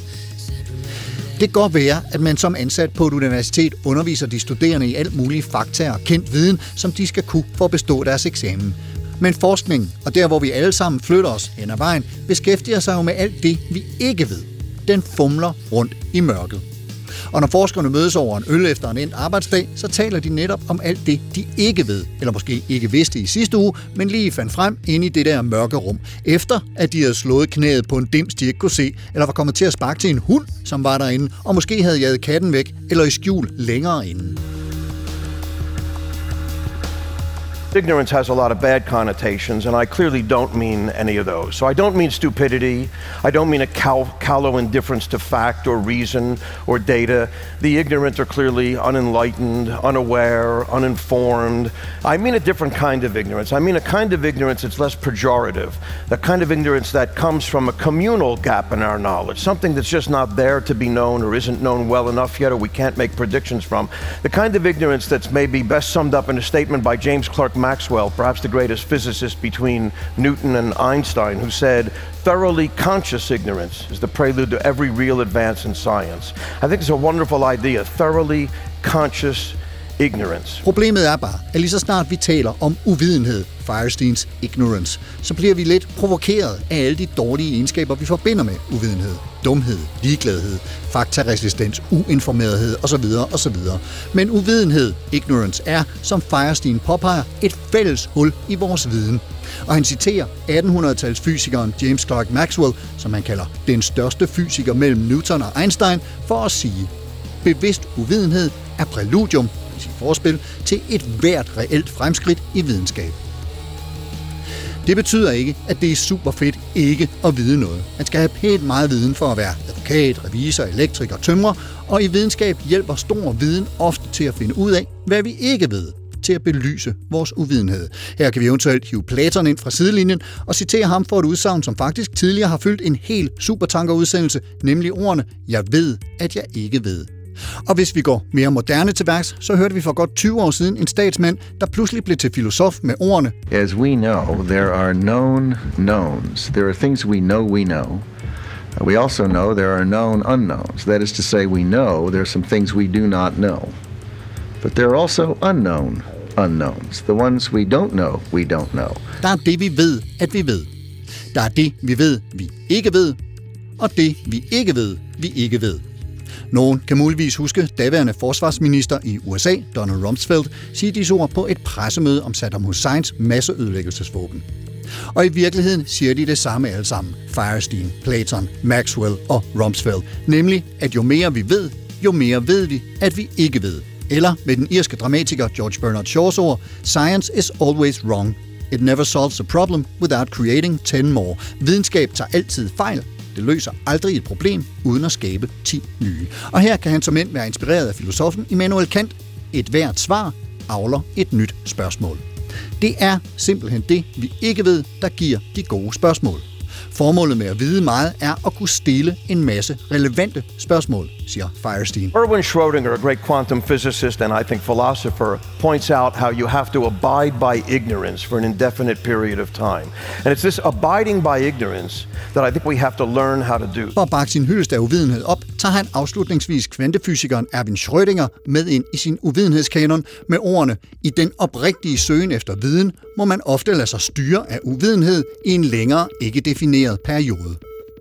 Det kan godt være, at man som ansat på et universitet underviser de studerende i alt mulige fakta og kendt viden, som de skal kunne for at bestå deres eksamen. Men forskning, og der hvor vi alle sammen flytter os hen ad vejen, beskæftiger sig jo med alt det, vi ikke ved. Den fumler rundt i mørket. Og når forskerne mødes over en øl efter en endt arbejdsdag, så taler de netop om alt det, de ikke ved, eller måske ikke vidste i sidste uge, men lige fandt frem ind i det der mørke rum, efter at de havde slået knæet på en dims, de ikke kunne se, eller var kommet til at sparke til en hund, som var derinde, og måske havde jaget katten væk, eller i skjul længere inde.
Ignorance has a lot of bad connotations, and I clearly don't mean any of those. So I don't mean stupidity. I don't mean a callow indifference to fact or reason or data. The ignorant are clearly unenlightened, unaware, uninformed. I mean a different kind of ignorance. I mean a kind of ignorance that's less pejorative. The kind of ignorance that comes from a communal gap in our knowledge, something that's just not there to be known or isn't known well enough yet or we can't make predictions from. The kind of ignorance that's maybe best summed up in a statement by James Clerk Maxwell, perhaps the greatest physicist between Newton and Einstein, who said, thoroughly conscious ignorance is the prelude to every real advance in science. I think it's a wonderful idea, thoroughly conscious ignorance.
Problemet er bare, at lige så snart vi taler om uvidenhed, Firesteins ignorance, så bliver vi lidt provokeret af alle de dårlige egenskaber, vi forbinder med uvidenhed. Dumhed, ligegladhed, faktaresistens, uinformerethed osv. osv. Men uvidenhed, ignorance, er, som Firestein påpeger, et fælles hul i vores viden. Og han citerer 1800-tals fysikeren James Clerk Maxwell, som han kalder den største fysiker mellem Newton og Einstein, for at sige: bevidst uvidenhed er præludium, i forspil, til et hvert reelt fremskridt i videnskab. Det betyder ikke, at det er super fedt ikke at vide noget. Man skal have pænt meget viden for at være advokat, revisor, elektriker, tømrer, og i videnskab hjælper stor viden ofte til at finde ud af, hvad vi ikke ved, til at belyse vores uvidenhed. Her kan vi eventuelt hive Platon ind fra sidelinjen og citere ham for et udsagn, som faktisk tidligere har fyldt en hel supertankerudsendelse, nemlig ordene: jeg ved, at jeg ikke ved. Og hvis vi går mere moderne til værks, så hørte vi for godt 20 år siden en statsmand, der pludselig blev til filosof med ordene:
As we know, there are known knowns. There are things we know. We also know there are known unknowns. That is to say, we know there are some things we do not know. But there are also unknown unknowns. The ones we don't know, we don't know.
Der er det, vi ved, at vi ved. Der er det, vi ved, vi ikke ved. Og det, vi ikke ved, vi ikke ved. Nogen kan muligvis huske daværende forsvarsminister i USA, Donald Rumsfeld, sige disse ord på et pressemøde om Saddam Husseins masseødelæggelsesvåben. Og i virkeligheden siger de det samme alle sammen: Firestein, Platon, Maxwell og Rumsfeld. Nemlig, at jo mere vi ved, jo mere ved vi, at vi ikke ved. Eller med den irske dramatiker George Bernard Shaws ord: Science is always wrong. It never solves a problem without creating 10 more. Videnskab tager altid fejl. Det løser aldrig et problem uden at skabe 10 nye. Og her kan han som end være inspireret af filosofen Immanuel Kant. Et hvert svar avler et nyt spørgsmål. Det er simpelthen det, vi ikke ved, der giver de gode spørgsmål. Formålet med at vide meget er at kunne stille en masse relevante spørgsmål, siger Firestein.
Erwin Schrödinger, a great quantum physicist and I think philosopher, points out how you have to abide by ignorance for an indefinite period of time. And it's this abiding by ignorance that I think we have to learn how to do.
For at bakke sin hyldest af uvidenhed op, tager han afslutningsvis kvantefysikeren Erwin Schrödinger med ind i sin uvidenhedskanon med ordene: i den oprigtige søgen efter viden må man ofte lade sig styre af uvidenhed i en længere, ikke defineret periode.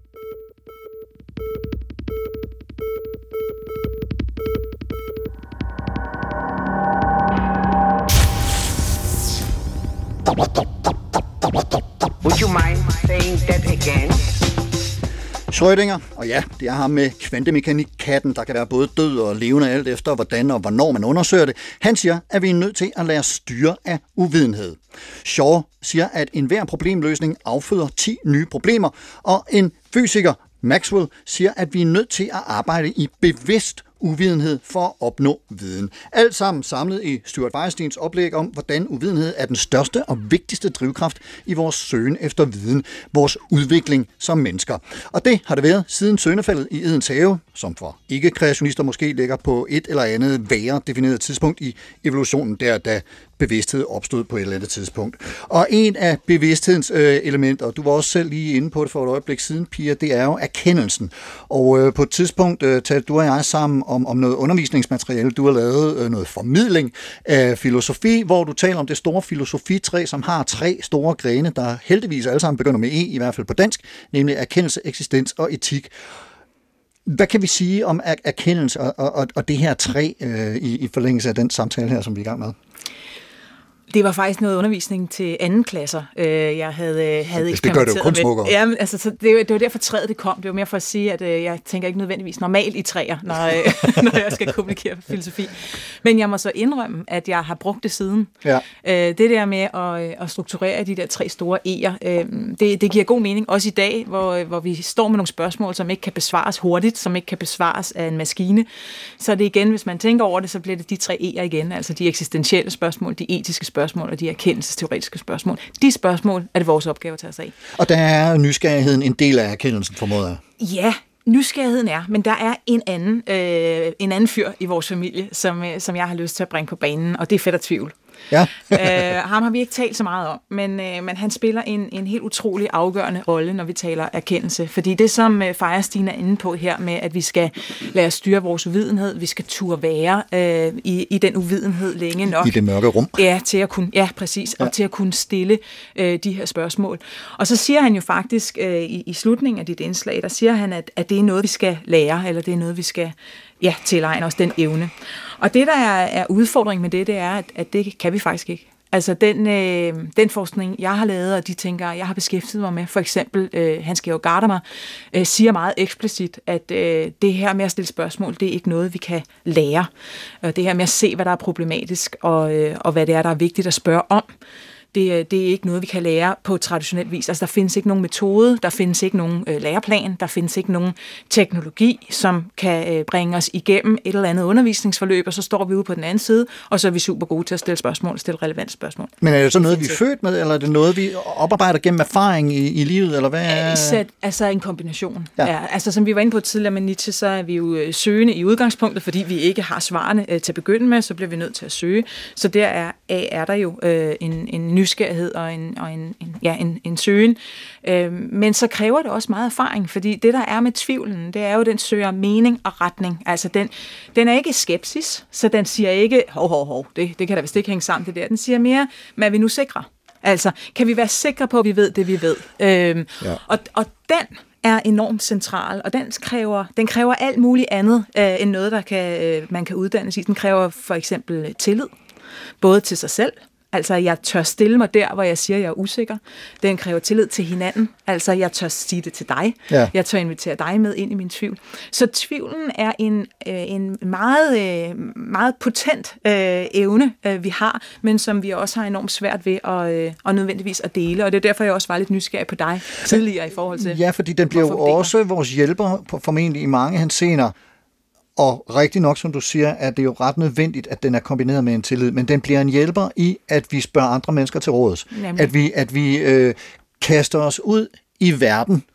Would you mind saying that again?
Schrödinger, og ja, det er ham med kvantemekanik-katten, der kan være både død og levende alt efter, hvordan og hvornår man undersøger det. Han siger, at vi er nødt til at lade os styre af uvidenhed. Shaw siger, at enhver problemløsning afføder 10 nye problemer, og en fysiker, Maxwell, siger, at vi er nødt til at arbejde i bevidst uvidenhed for at opnå viden. Alt sammen samlet i Stuart Firesteins oplæg om, hvordan uvidenhed er den største og vigtigste drivkraft i vores søgen efter viden, vores udvikling som mennesker. Og det har det været siden søgnefeldet i Edens Have, som for ikke-kreationister måske ligger på et eller andet være defineret tidspunkt i evolutionen, der da bevidsthed opstod på et eller andet tidspunkt. Og en af bevidsthedens elementer, og du var også selv lige inde på det for et øjeblik siden, Pia, det er jo erkendelsen. Og på et tidspunkt talte du og jeg sammen om noget undervisningsmateriale. Du har lavet noget formidling af filosofi, hvor du taler om det store filosofitræ, som har 3 store grene, der heldigvis alle sammen begynder med E, i hvert fald på dansk, nemlig erkendelse, eksistens og etik. Hvad kan vi sige om erkendelse og det her træ i forlængelse af den samtale her, som vi er i gang med?
Det var faktisk noget undervisning til anden klasser, jeg havde eksperimenteret
det gør det jo kun smukkere.
Ja, men, altså, det var derfor træet det kom. Det var mere for at sige, at jeg tænker ikke nødvendigvis normalt i træer, når jeg skal kommunikere filosofi. Men jeg må så indrømme, at jeg har brugt det siden. Ja. Det der med at strukturere de der 3 store E'er, det giver god mening. Også i dag, hvor vi står med nogle spørgsmål, som ikke kan besvares hurtigt, som ikke kan besvares af en maskine. Så det igen, hvis man tænker over det, så bliver det de 3 E'er igen. Altså de eksistentielle spørgsmål, de etiske spørgsmål og de erkendelsesteoretiske spørgsmål. De spørgsmål er det vores opgave at tage os af.
Og der er nysgerrigheden en del af erkendelsen, formoder jeg.
Ja, nysgerrigheden er, men der er en anden fyr i vores familie, som jeg har lyst til at bringe på banen, og det er fætter tvivl.
Ja.
Ham har vi ikke talt så meget om, men han spiller en helt utrolig afgørende rolle, når vi taler erkendelse. Fordi det, som Feierstein er inde på her med, at vi skal lade os styre vores uvidenhed, vi skal turde være i den uvidenhed længe nok.
I det mørke rum.
Ja, til at kunne, præcis, og til at kunne stille de her spørgsmål. Og så siger han jo faktisk i slutningen af dit indslag, der siger han, at det er noget, vi skal lære, eller det er noget, vi skal tilegne os den evne. Og det, der er udfordringen med det er, at det kan vi faktisk ikke. Altså den forskning, jeg har lavet, og de tænker, jeg har beskæftiget mig med, for eksempel Hans-Georg Gadamer, siger meget eksplicit, at det her med at stille spørgsmål, det er ikke noget, vi kan lære. Det her med at se, hvad der er problematisk, og hvad det er, der er vigtigt at spørge om, det er ikke noget, vi kan lære på traditionel vis. Altså, der findes ikke nogen metode, der findes ikke nogen læreplan, der findes ikke nogen teknologi, som kan bringe os igennem et eller andet undervisningsforløb, og så står vi ude på den anden side, og så er vi super gode til at stille spørgsmål, stille relevante spørgsmål.
Men er det så noget, vi er født med, eller er det noget, vi oparbejder gennem erfaring i livet, eller hvad er...
Altså en kombination. Ja, altså, som vi var inde på tidligere med Nietzsche, så er vi jo søgende i udgangspunktet, fordi vi ikke har svarene til at begynde med, så bliver vi nødt til at søge. Så der er der jo en nysgerrighed og en søgen. Men så kræver det også meget erfaring, fordi det, der er med tvivlen, det er jo, den søger mening og retning. Altså, den er ikke skepsis, så den siger ikke, det kan da vist ikke hænge sammen, det der. Den siger mere, men er vi nu sikre? Altså, kan vi være sikre på, at vi ved det, vi ved? Og den er enormt central, og den kræver alt muligt andet end noget, man kan uddannes i. Den kræver for eksempel tillid, både til sig selv. Altså, jeg tør stille mig der, hvor jeg siger, jeg er usikker. Den kræver tillid til hinanden. Altså, jeg tør sige det til dig. Ja. Jeg tør invitere dig med ind i min tvivl. Så tvivlen er en meget, meget potent evne, vi har, men som vi også har enormt svært ved at nødvendigvis at dele. Og det er derfor, jeg også var lidt nysgerrig på dig tidligere i forhold til...
Ja, fordi den bliver jo også vores hjælper, formentlig i mange henseender. Og rigtig nok, som du siger, at det er jo ret nødvendigt, at den er kombineret med en tillid, men den bliver en hjælper i, at vi spørger andre mennesker til råds. At vi kaster os ud i verden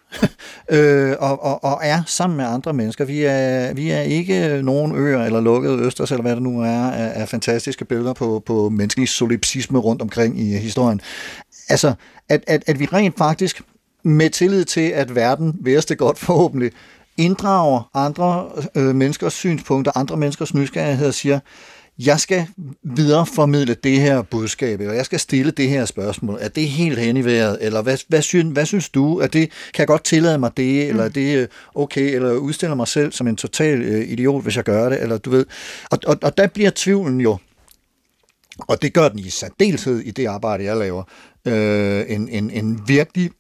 og er sammen med andre mennesker. Vi er ikke nogen øer eller lukkede østers, eller hvad det nu er, af fantastiske billeder på menneskelig solipsisme rundt omkring i historien. Altså, at vi rent faktisk med tillid til, at verden værste godt forhåbentlig inddrager andre menneskers synspunkter, andre menneskers nysgerrighed og siger, jeg skal videreformidle det her budskab, eller jeg skal stille det her spørgsmål. Er det helt hen i vejret? Eller hvad synes du? Kan jeg godt tillade mig det? Eller er det okay? Eller udstiller mig selv som en total idiot, hvis jeg gør det? Eller du ved. Og der bliver tvivlen jo, og det gør den i særdeleshed i det arbejde, jeg laver, en virkelig...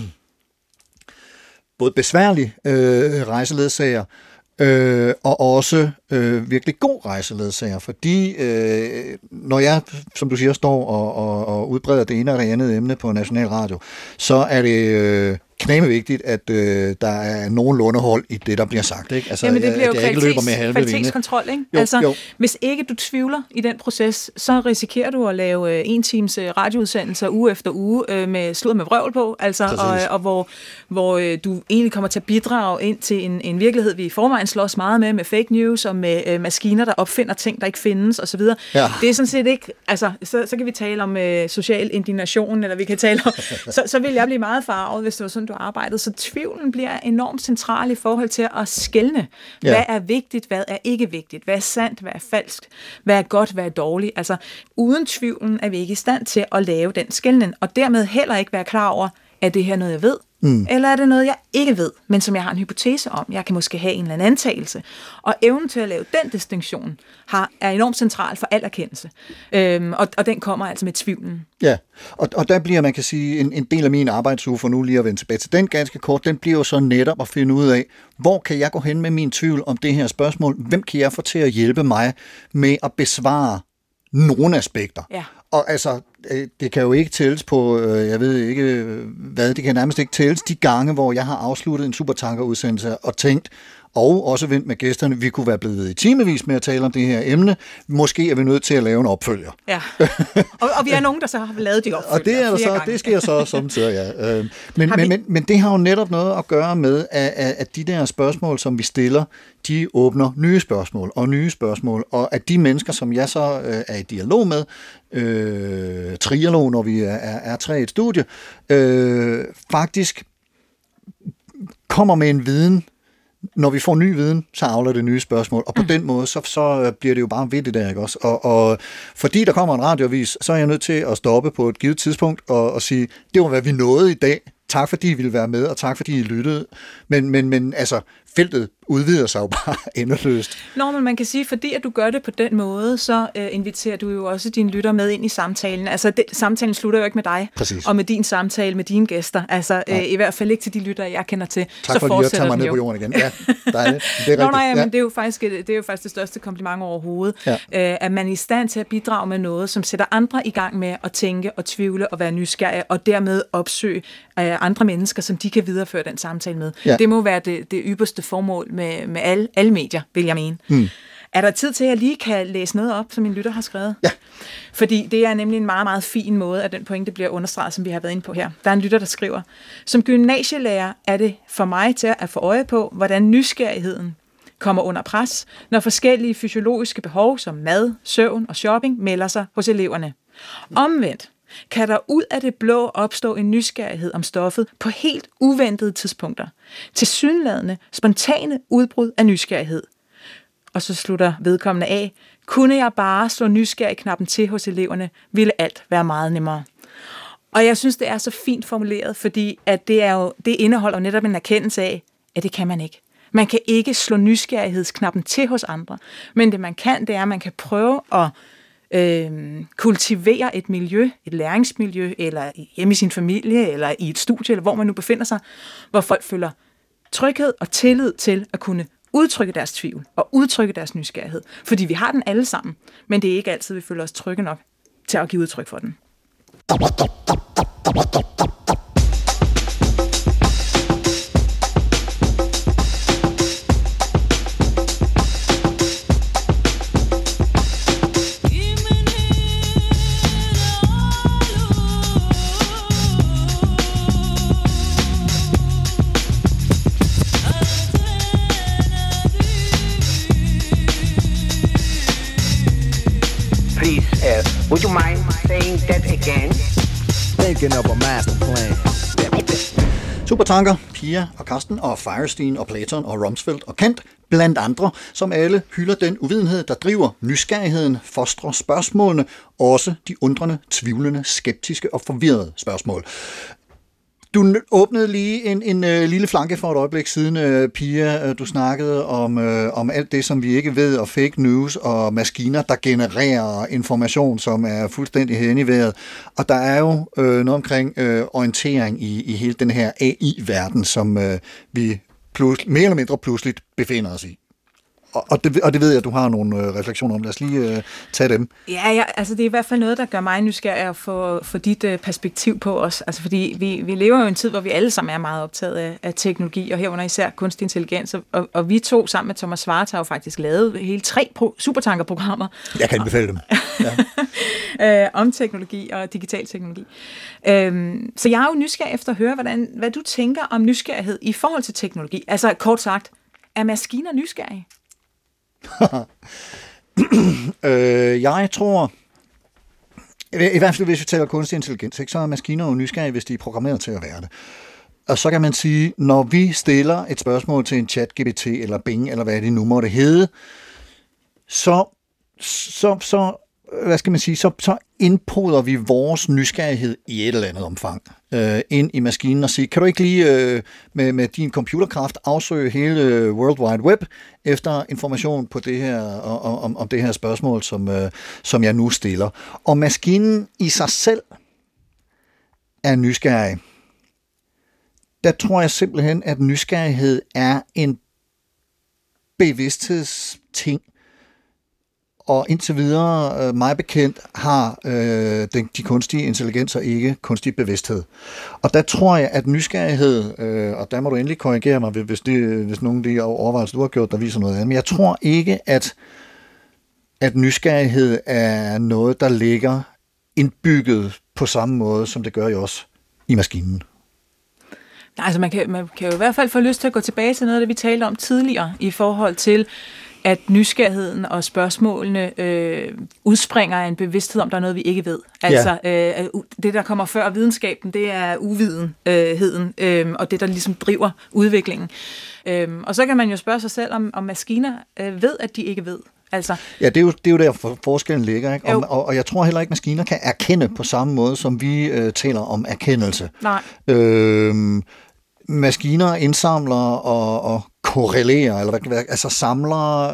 både besværlig rejseledsager, og også virkelig god rejseledsager, fordi når jeg, som du siger, står og udbreder det ene og det andet emne på National Radio, så er det knæmevigtigt, at der er nogenlunde hold i det, der bliver sagt. Ikke? Altså,
jamen, det bliver
jo
kvalitetskontrol, ikke? Jo. Hvis ikke du tvivler i den proces, så risikerer du at lave 1 times radioudsendelser uge efter uge med slud med vrøvl på, altså, og hvor du egentlig kommer til at bidrage ind til en virkelighed, vi i forvejen slås meget med fake news og med maskiner, der opfinder ting, der ikke findes, osv. Ja. Det er sådan set ikke, altså, så kan vi tale om social indignation, eller vi kan tale om, så vil jeg blive meget farvet, hvis det var sådan, du arbejdede. Så tvivlen bliver enormt central i forhold til at skelne. Hvad er vigtigt, hvad er ikke vigtigt? Hvad er sandt, hvad er falsk? Hvad er godt, hvad er dårligt? Altså, uden tvivlen er vi ikke i stand til at lave den skelnen, og dermed heller ikke være klar over, er det her noget, jeg ved? Eller er det noget, jeg ikke ved, men som jeg har en hypotese om? Jeg kan måske have en eller anden antagelse. Og evnen til at lave den distinktion er enormt central for al erkendelse. Og den kommer altså med tvivlen.
Ja, og der bliver, man kan sige, en del af min arbejdsuge, for nu lige at vende tilbage til den ganske kort, den bliver jo så netop at finde ud af, hvor kan jeg gå hen med min tvivl om det her spørgsmål? Hvem kan jeg få til at hjælpe mig med at besvare nogle aspekter?
Ja.
Og altså, det kan jo ikke tælles på, jeg ved ikke hvad, det kan nærmest ikke tælles de gange, hvor jeg har afsluttet en supertankerudsendelse og tænkt, og også vendt med gæsterne. Vi kunne være blevet i timevis med at tale om det her emne. Måske er vi nødt til at lave en opfølger.
Ja, og vi er nogen, der så har lavet de opfølger.
Og det er så, det sker så samtidig, ja. Men det har jo netop noget at gøre med, at de der spørgsmål, som vi stiller, de åbner nye spørgsmål, og at de mennesker, som jeg så er i dialog med, trialog, når vi er tre i et studie, faktisk kommer med en viden. Når vi får ny viden, så avler det nye spørgsmål, og på den måde, så bliver det jo bare ved det der, ikke også? Og fordi der kommer en radioavis, så er jeg nødt til at stoppe på et givet tidspunkt og sige, det var, hvad vi nåede i dag. Tak fordi I ville være med, og tak fordi I lyttede. Men altså, feltet udvider sig jo bare endeløst.
Nå, men man kan sige, fordi at du gør det på den måde, så inviterer du jo også dine lytter med ind i samtalen. Altså, samtalen slutter jo ikke med dig.
Præcis.
Og med din samtale med dine gæster. Altså, i hvert fald ikke til de lytter, jeg kender til.
Tak for lige at tage mig ned på jorden igen. Ja, dejligt. Det er
rigtigt. Men det er jo faktisk det største kompliment overhovedet. Ja. At man er i stand til at bidrage med noget, som sætter andre i gang med at tænke og tvivle og være nysgerrige, og dermed opsøge andre mennesker, som de kan videreføre den samtale med. Ja. Det må være det ypperste formål med alle medier, vil jeg mene. Er der tid til, at jeg lige kan læse noget op, som min lytter har skrevet?
Ja.
Fordi det er nemlig en meget, meget fin måde, at den pointe bliver understreget, som vi har været inde på her. Der er en lytter, der skriver, som gymnasielærer er det for mig til at få øje på, hvordan nysgerrigheden kommer under pres, når forskellige fysiologiske behov, som mad, søvn og shopping, melder sig hos eleverne. Omvendt kan der ud af det blå opstå en nysgerrighed om stoffet på helt uventede tidspunkter. Tilsyneladende spontane udbrud af nysgerrighed. Og så slutter vedkommende af. Kunne jeg bare slå nysgerrig-knappen til hos eleverne, ville alt være meget nemmere. Og jeg synes, det er så fint formuleret, fordi at det indeholder netop en erkendelse af, at det kan man ikke. Man kan ikke slå nysgerrighedsknappen til hos andre. Men det man kan, det er, at man kan prøve at kultivere et miljø, et læringsmiljø, eller hjemme i sin familie, eller i et studie, eller hvor man nu befinder sig, hvor folk føler tryghed og tillid til at kunne udtrykke deres tvivl og udtrykke deres nysgerrighed. Fordi vi har den alle sammen, men det er ikke altid, vi føler os trygge nok til at give udtryk for den.
Would you mind saying that again?
Thinking of a master plan.
Supertanker, Pia og Karsten og Firestein og Platon og Rumsfeld og Kant, blandt andre, som alle hylder den uvidenhed, der driver nysgerrigheden, fostrer spørgsmålene, også de undrende, tvivlende, skeptiske og forvirrede spørgsmål. Du åbnede lige en lille flanke for et øjeblik siden, Pia. Du snakkede om alt det, som vi ikke ved, og fake news og maskiner, der genererer information, som er fuldstændig hen i vejret. Og der er jo noget omkring orientering i hele den her AI-verden, som vi mere eller mindre pludseligt befinder os i. Og det ved jeg, at du har nogle refleksioner om. Lad os lige tage dem.
Ja, altså det er i hvert fald noget, der gør mig nysgerrig at få dit perspektiv på os. Altså fordi vi lever jo i en tid, hvor vi alle sammen er meget optaget af teknologi, og herunder især kunstig intelligens. Og vi to sammen med Thomas Schwartz har jo faktisk lavet hele 3 supertankerprogrammer.
Jeg kan anbefale dem.
Ja. Om teknologi og digital teknologi. Så jeg er jo nysgerrig efter at høre, hvad du tænker om nysgerrighed i forhold til teknologi. Altså kort sagt, er maskiner nysgerrige?
Jeg tror, i hvert fald hvis vi taler kunstig intelligens, ikke, så er maskiner jo nysgerrige, hvis de er programmeret til at være det. Og så kan man sige, når vi stiller et spørgsmål til en ChatGPT eller Bing, eller hvad det nu måtte hedde, så hvad skal man sige, så indpoder vi vores nysgerrighed i et eller andet omfang ind i maskinen og sige, kan du ikke lige med din computerkraft afsøge hele World Wide Web efter information på det her, om det her spørgsmål, som jeg nu stiller. Og maskinen i sig selv er nysgerrig. Der tror jeg simpelthen, at nysgerrighed er en bevidsthedsting, Og indtil videre, mig bekendt, har de kunstige intelligenser ikke kunstig bevidsthed. Og der tror jeg, at nysgerrighed, og der må du endelig korrigere mig, hvis nogen af de overvejelser, du har gjort, der viser noget andet, men jeg tror ikke, at nysgerrighed er noget, der ligger indbygget på samme måde, som det gør i os i maskinen.
Nej, altså man kan jo i hvert fald få lyst til at gå tilbage til noget af det, vi talte om tidligere, i forhold til, at nysgerrigheden og spørgsmålene udspringer af en bevidsthed om, der er noget, vi ikke ved. Altså, det, der kommer før videnskaben, det er uvidenheden, og det, der ligesom driver udviklingen. Og så kan man jo spørge sig selv, om maskiner ved, at de ikke ved. Altså. Ja,
det er jo der forskellen ligger, ikke? Og jeg tror heller ikke, maskiner kan erkende på samme måde, som vi taler om erkendelse.
Nej.
Maskiner indsamler og korrelerer, eller altså samler,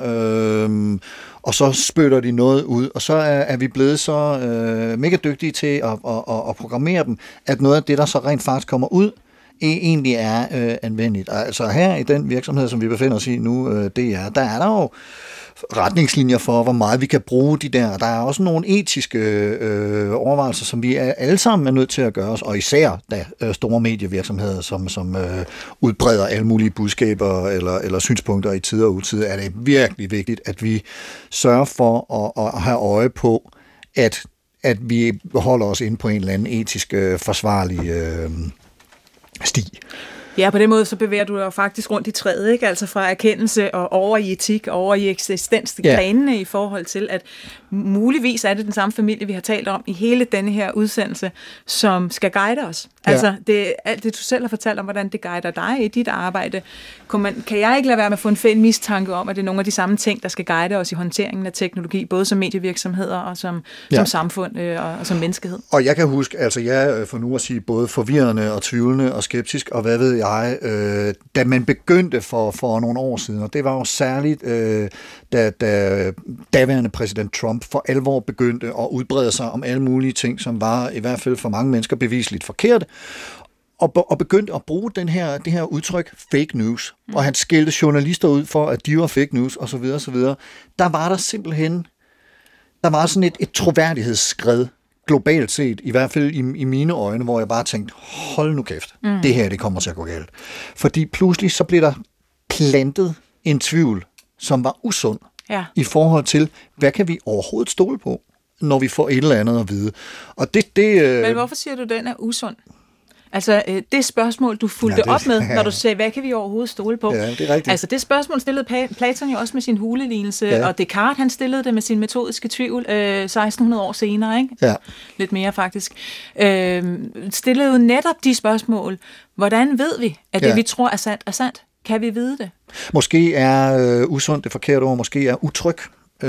og så spytter de noget ud, og så er vi blevet så mega dygtige til at programmere dem, at noget af det, der så rent faktisk kommer ud, egentlig er anvendeligt. Altså her i den virksomhed, som vi befinder os i nu, der er der jo retningslinjer for, hvor meget vi kan bruge de der. Der er også nogle etiske overvejelser, som vi alle sammen er nødt til at gøre os, og især da store medievirksomheder, som udbreder alle mulige budskaber eller synspunkter i tid og utid, er det virkelig vigtigt, at vi sørger for at have øje på, at vi holder os inde på en eller anden etisk forsvarlig sti.
Ja, på den måde så bevæger du dig faktisk rundt i træet, ikke? Altså fra erkendelse og over i etik, over i eksistensgrenene i forhold til, at muligvis er det den samme familie, vi har talt om i hele denne her udsendelse, som skal guide os. Ja. Altså alt det, du selv har fortalt om, hvordan det guider dig i dit arbejde. Kan jeg ikke lade være med at få en fælles mistanke om, at det er nogle af de samme ting, der skal guide os i håndteringen af teknologi, både som medievirksomheder og som samfund og som menneskehed?
Og jeg kan huske, altså jeg for nu at sige både forvirrende og tvivlende og skeptisk, og hvad ved jeg, da man begyndte for nogle år siden, og det var jo særligt, da daværende præsident Trump for alvor begyndte at udbrede sig om alle mulige ting, som var i hvert fald for mange mennesker bevisligt forkerte, og begyndte at bruge det her udtryk fake news, og han skældte journalister ud for, at de var fake news, osv. osv. Der var der simpelthen, sådan et troværdighedsskred, globalt set, i hvert fald i mine øjne, hvor jeg bare tænkte, hold nu kæft, det her, det kommer til at gå galt. Fordi pludselig så blev der plantet en tvivl, som var usund, i forhold til, hvad kan vi overhovedet stole på, når vi får et eller andet at vide. Og
Men hvorfor siger du, den er usund? Altså, det spørgsmål, du fulgte op med, når du sagde, hvad kan vi overhovedet stole på?
Ja, det er rigtigt.
Altså, det spørgsmål stillede Platon jo også med sin hulelignelse, og Descartes, han stillede det med sin metodiske tvivl 1600 år senere, ikke?
Ja.
Lidt mere, faktisk. Stillede jo netop de spørgsmål. Hvordan ved vi, at det, vi tror er sandt, er sandt? Kan vi vide det?
Måske er usundt det forkerte ord, måske er utryg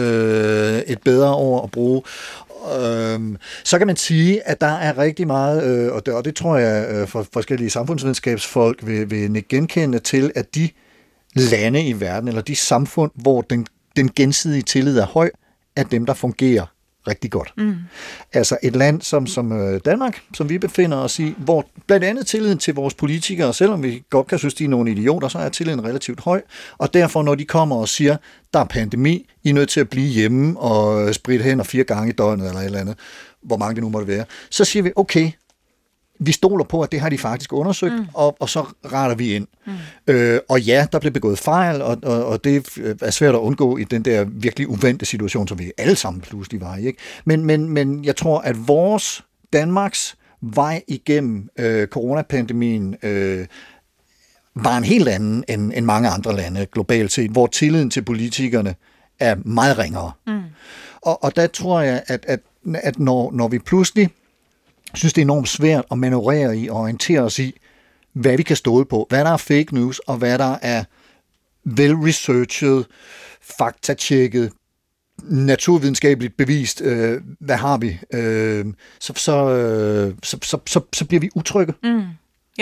et bedre ord at bruge. Så kan man sige, at der er rigtig meget, og det tror jeg for forskellige samfundsvidenskabsfolk vil genkende til, at de lande i verden, eller de samfund, hvor den gensidige tillid er høj, er dem, der fungerer rigtig godt. Altså et land som Danmark, som vi befinder os i, hvor blandt andet tilliden til vores politikere, selvom vi godt kan synes, de er nogle idioter, så er tilliden relativt høj, og derfor når de kommer og siger, der er pandemi, I er nødt til at blive hjemme og spritte hænder 4 gange i døgnet eller et eller andet, hvor mange det nu måtte være, så siger vi, okay, vi stoler på, at det har de faktisk undersøgt, og så retter vi ind. Og ja, der blev begået fejl, og det er svært at undgå i den der virkelig uventede situation, som vi alle sammen pludselig var i. Ikke? Men jeg tror, at Danmarks vej igennem coronapandemien var en helt anden end mange andre lande globalt set, hvor tilliden til politikerne er meget ringere. Og der tror jeg, at når vi pludselig synes, det er enormt svært at manøvrere i og orientere os i, hvad vi kan stole på, hvad der er fake news, og hvad der er vel-researchet, faktatjekket, naturvidenskabeligt bevist, hvad har vi, så bliver vi utrygge.
Ja.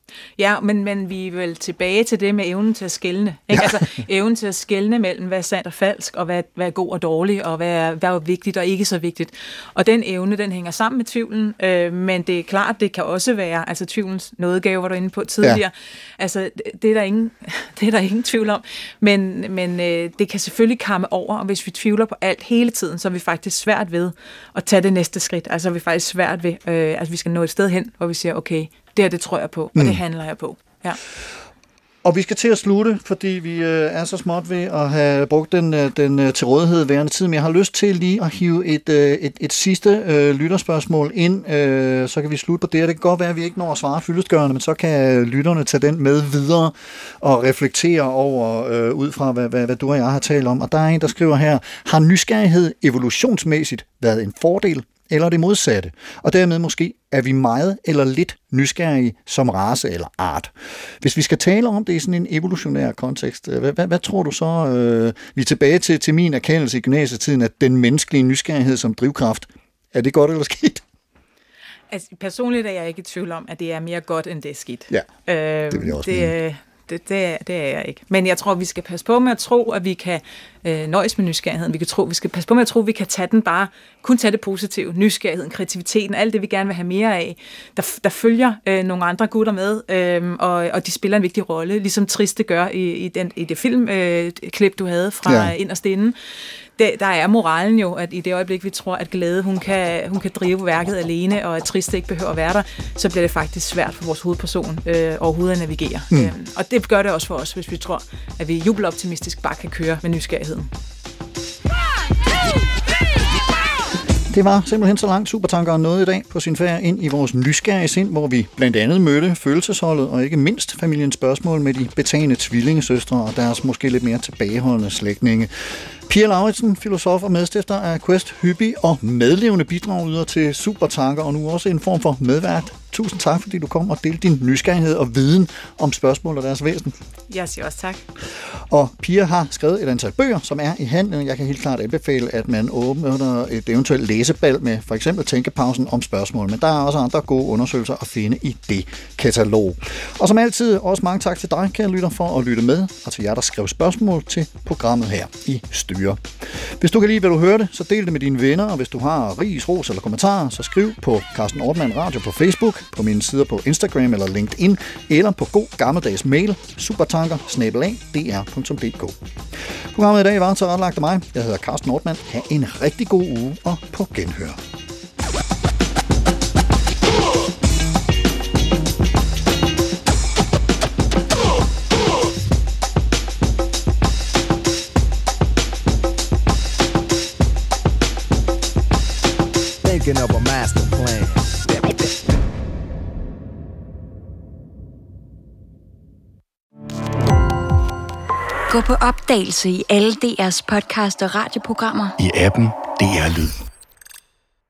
Ja, men vi er vel tilbage til det med evnen til at skelne. Ikke? Ja. Altså evnen til at skelne mellem, hvad er sandt og falsk, og hvad er god og dårlig, og hvad er vigtigt og ikke så vigtigt. Og den evne, den hænger sammen med tvivlen, men det er klart, det kan også være, altså tvivlens nådegave, var du inde på tidligere. Ja. Altså, det er der ingen tvivl om. Men det kan selvfølgelig kamme over, og hvis vi tvivler på alt hele tiden, så er vi faktisk svært ved at tage det næste skridt. Altså er vi faktisk svært ved, vi skal nå et sted hen, hvor vi siger, okay, det tror jeg på, og det handler jeg på. Ja.
Og vi skal til at slutte, fordi vi er så småt ved at have brugt den til rådighed værende tid, men jeg har lyst til lige at hive et sidste lytterspørgsmål ind, så kan vi slutte på det. Det kan godt være, at vi ikke når at svare fyldestgørende, men så kan lytterne tage den med videre og reflektere over, ud fra hvad du og jeg har talt om. Og der er en, der skriver her, har nysgerrighed evolutionsmæssigt været en fordel, eller det modsatte? Og dermed måske er vi meget eller lidt nysgerrige som race eller art. Hvis vi skal tale om det i sådan en evolutionær kontekst, hvad tror du så? Vi er tilbage til min erkendelse i gymnasietiden, at den menneskelige nysgerrighed som drivkraft, er det godt eller skidt?
Altså, personligt er jeg ikke i tvivl om, at det er mere godt, end det er skidt.
Ja, det vil jeg også mene.
Det er jeg ikke. Men jeg tror, vi skal passe på med at tro, at vi kan nøjes med nysgerrigheden. Vi skal passe på med at tro, at vi kan kun tage det positive. Nysgerrigheden, kreativiteten, alt det, vi gerne vil have mere af. Der følger nogle andre gutter med, og de spiller en vigtig rolle, ligesom Triste gør i det filmklip, du havde fra Inderst Inde. Der er moralen jo, at i det øjeblik, vi tror, at Glæde, hun kan drive værket alene, og at Triste ikke behøver at være der, så bliver det faktisk svært for vores hovedperson overhovedet at navigere. Og det gør det også for os, hvis vi tror, at vi jubeloptimistisk bare kan køre med nysgerrigheden.
Det var simpelthen så langt Supertankeren nåede i dag på sin færd ind i vores nysgerrige sind, hvor vi blandt andet mødte følelsesholdet og ikke mindst familiens spørgsmål med de betagende tvillingesøstre og deres måske lidt mere tilbageholdende slægtninge. Pia Lauritsen, filosof og medstifter af Quest, hyppig og medlevende bidragyder til Supertanker, og nu også en form for medvært. Tusind tak, fordi du kom og delte din nysgerrighed og viden om spørgsmål og deres væsen.
Jeg siger også tak.
Og Pia har skrevet et antal bøger, som er i handlen. Jeg kan helt klart anbefale, at man åbner et eventuelt læsebal med for eksempel Tænkepausen om spørgsmål. Men der er også andre gode undersøgelser at finde i det katalog. Og som altid, også mange tak til dig, kære lytter, for at lytte med, og til jer, der skrev spørgsmål til programmet her i Styre. Hvis du kan lide, hvad du hørte, så del det med dine venner, og hvis du har ris, ros eller kommentarer, så skriv på Carsten Ortmann Radio på Facebook, på mine sider på Instagram eller LinkedIn, eller på god gammeldags mail, supertanker@dr.dk. Programmet i dag var tilrettelagt af mig. Jeg hedder Carsten Ortmann. Ha' en rigtig god uge og på genhør.
Thinking of a master plan.
Gå på opdagelse i alle DR's podcast og radioprogrammer.
I appen DR Lyd.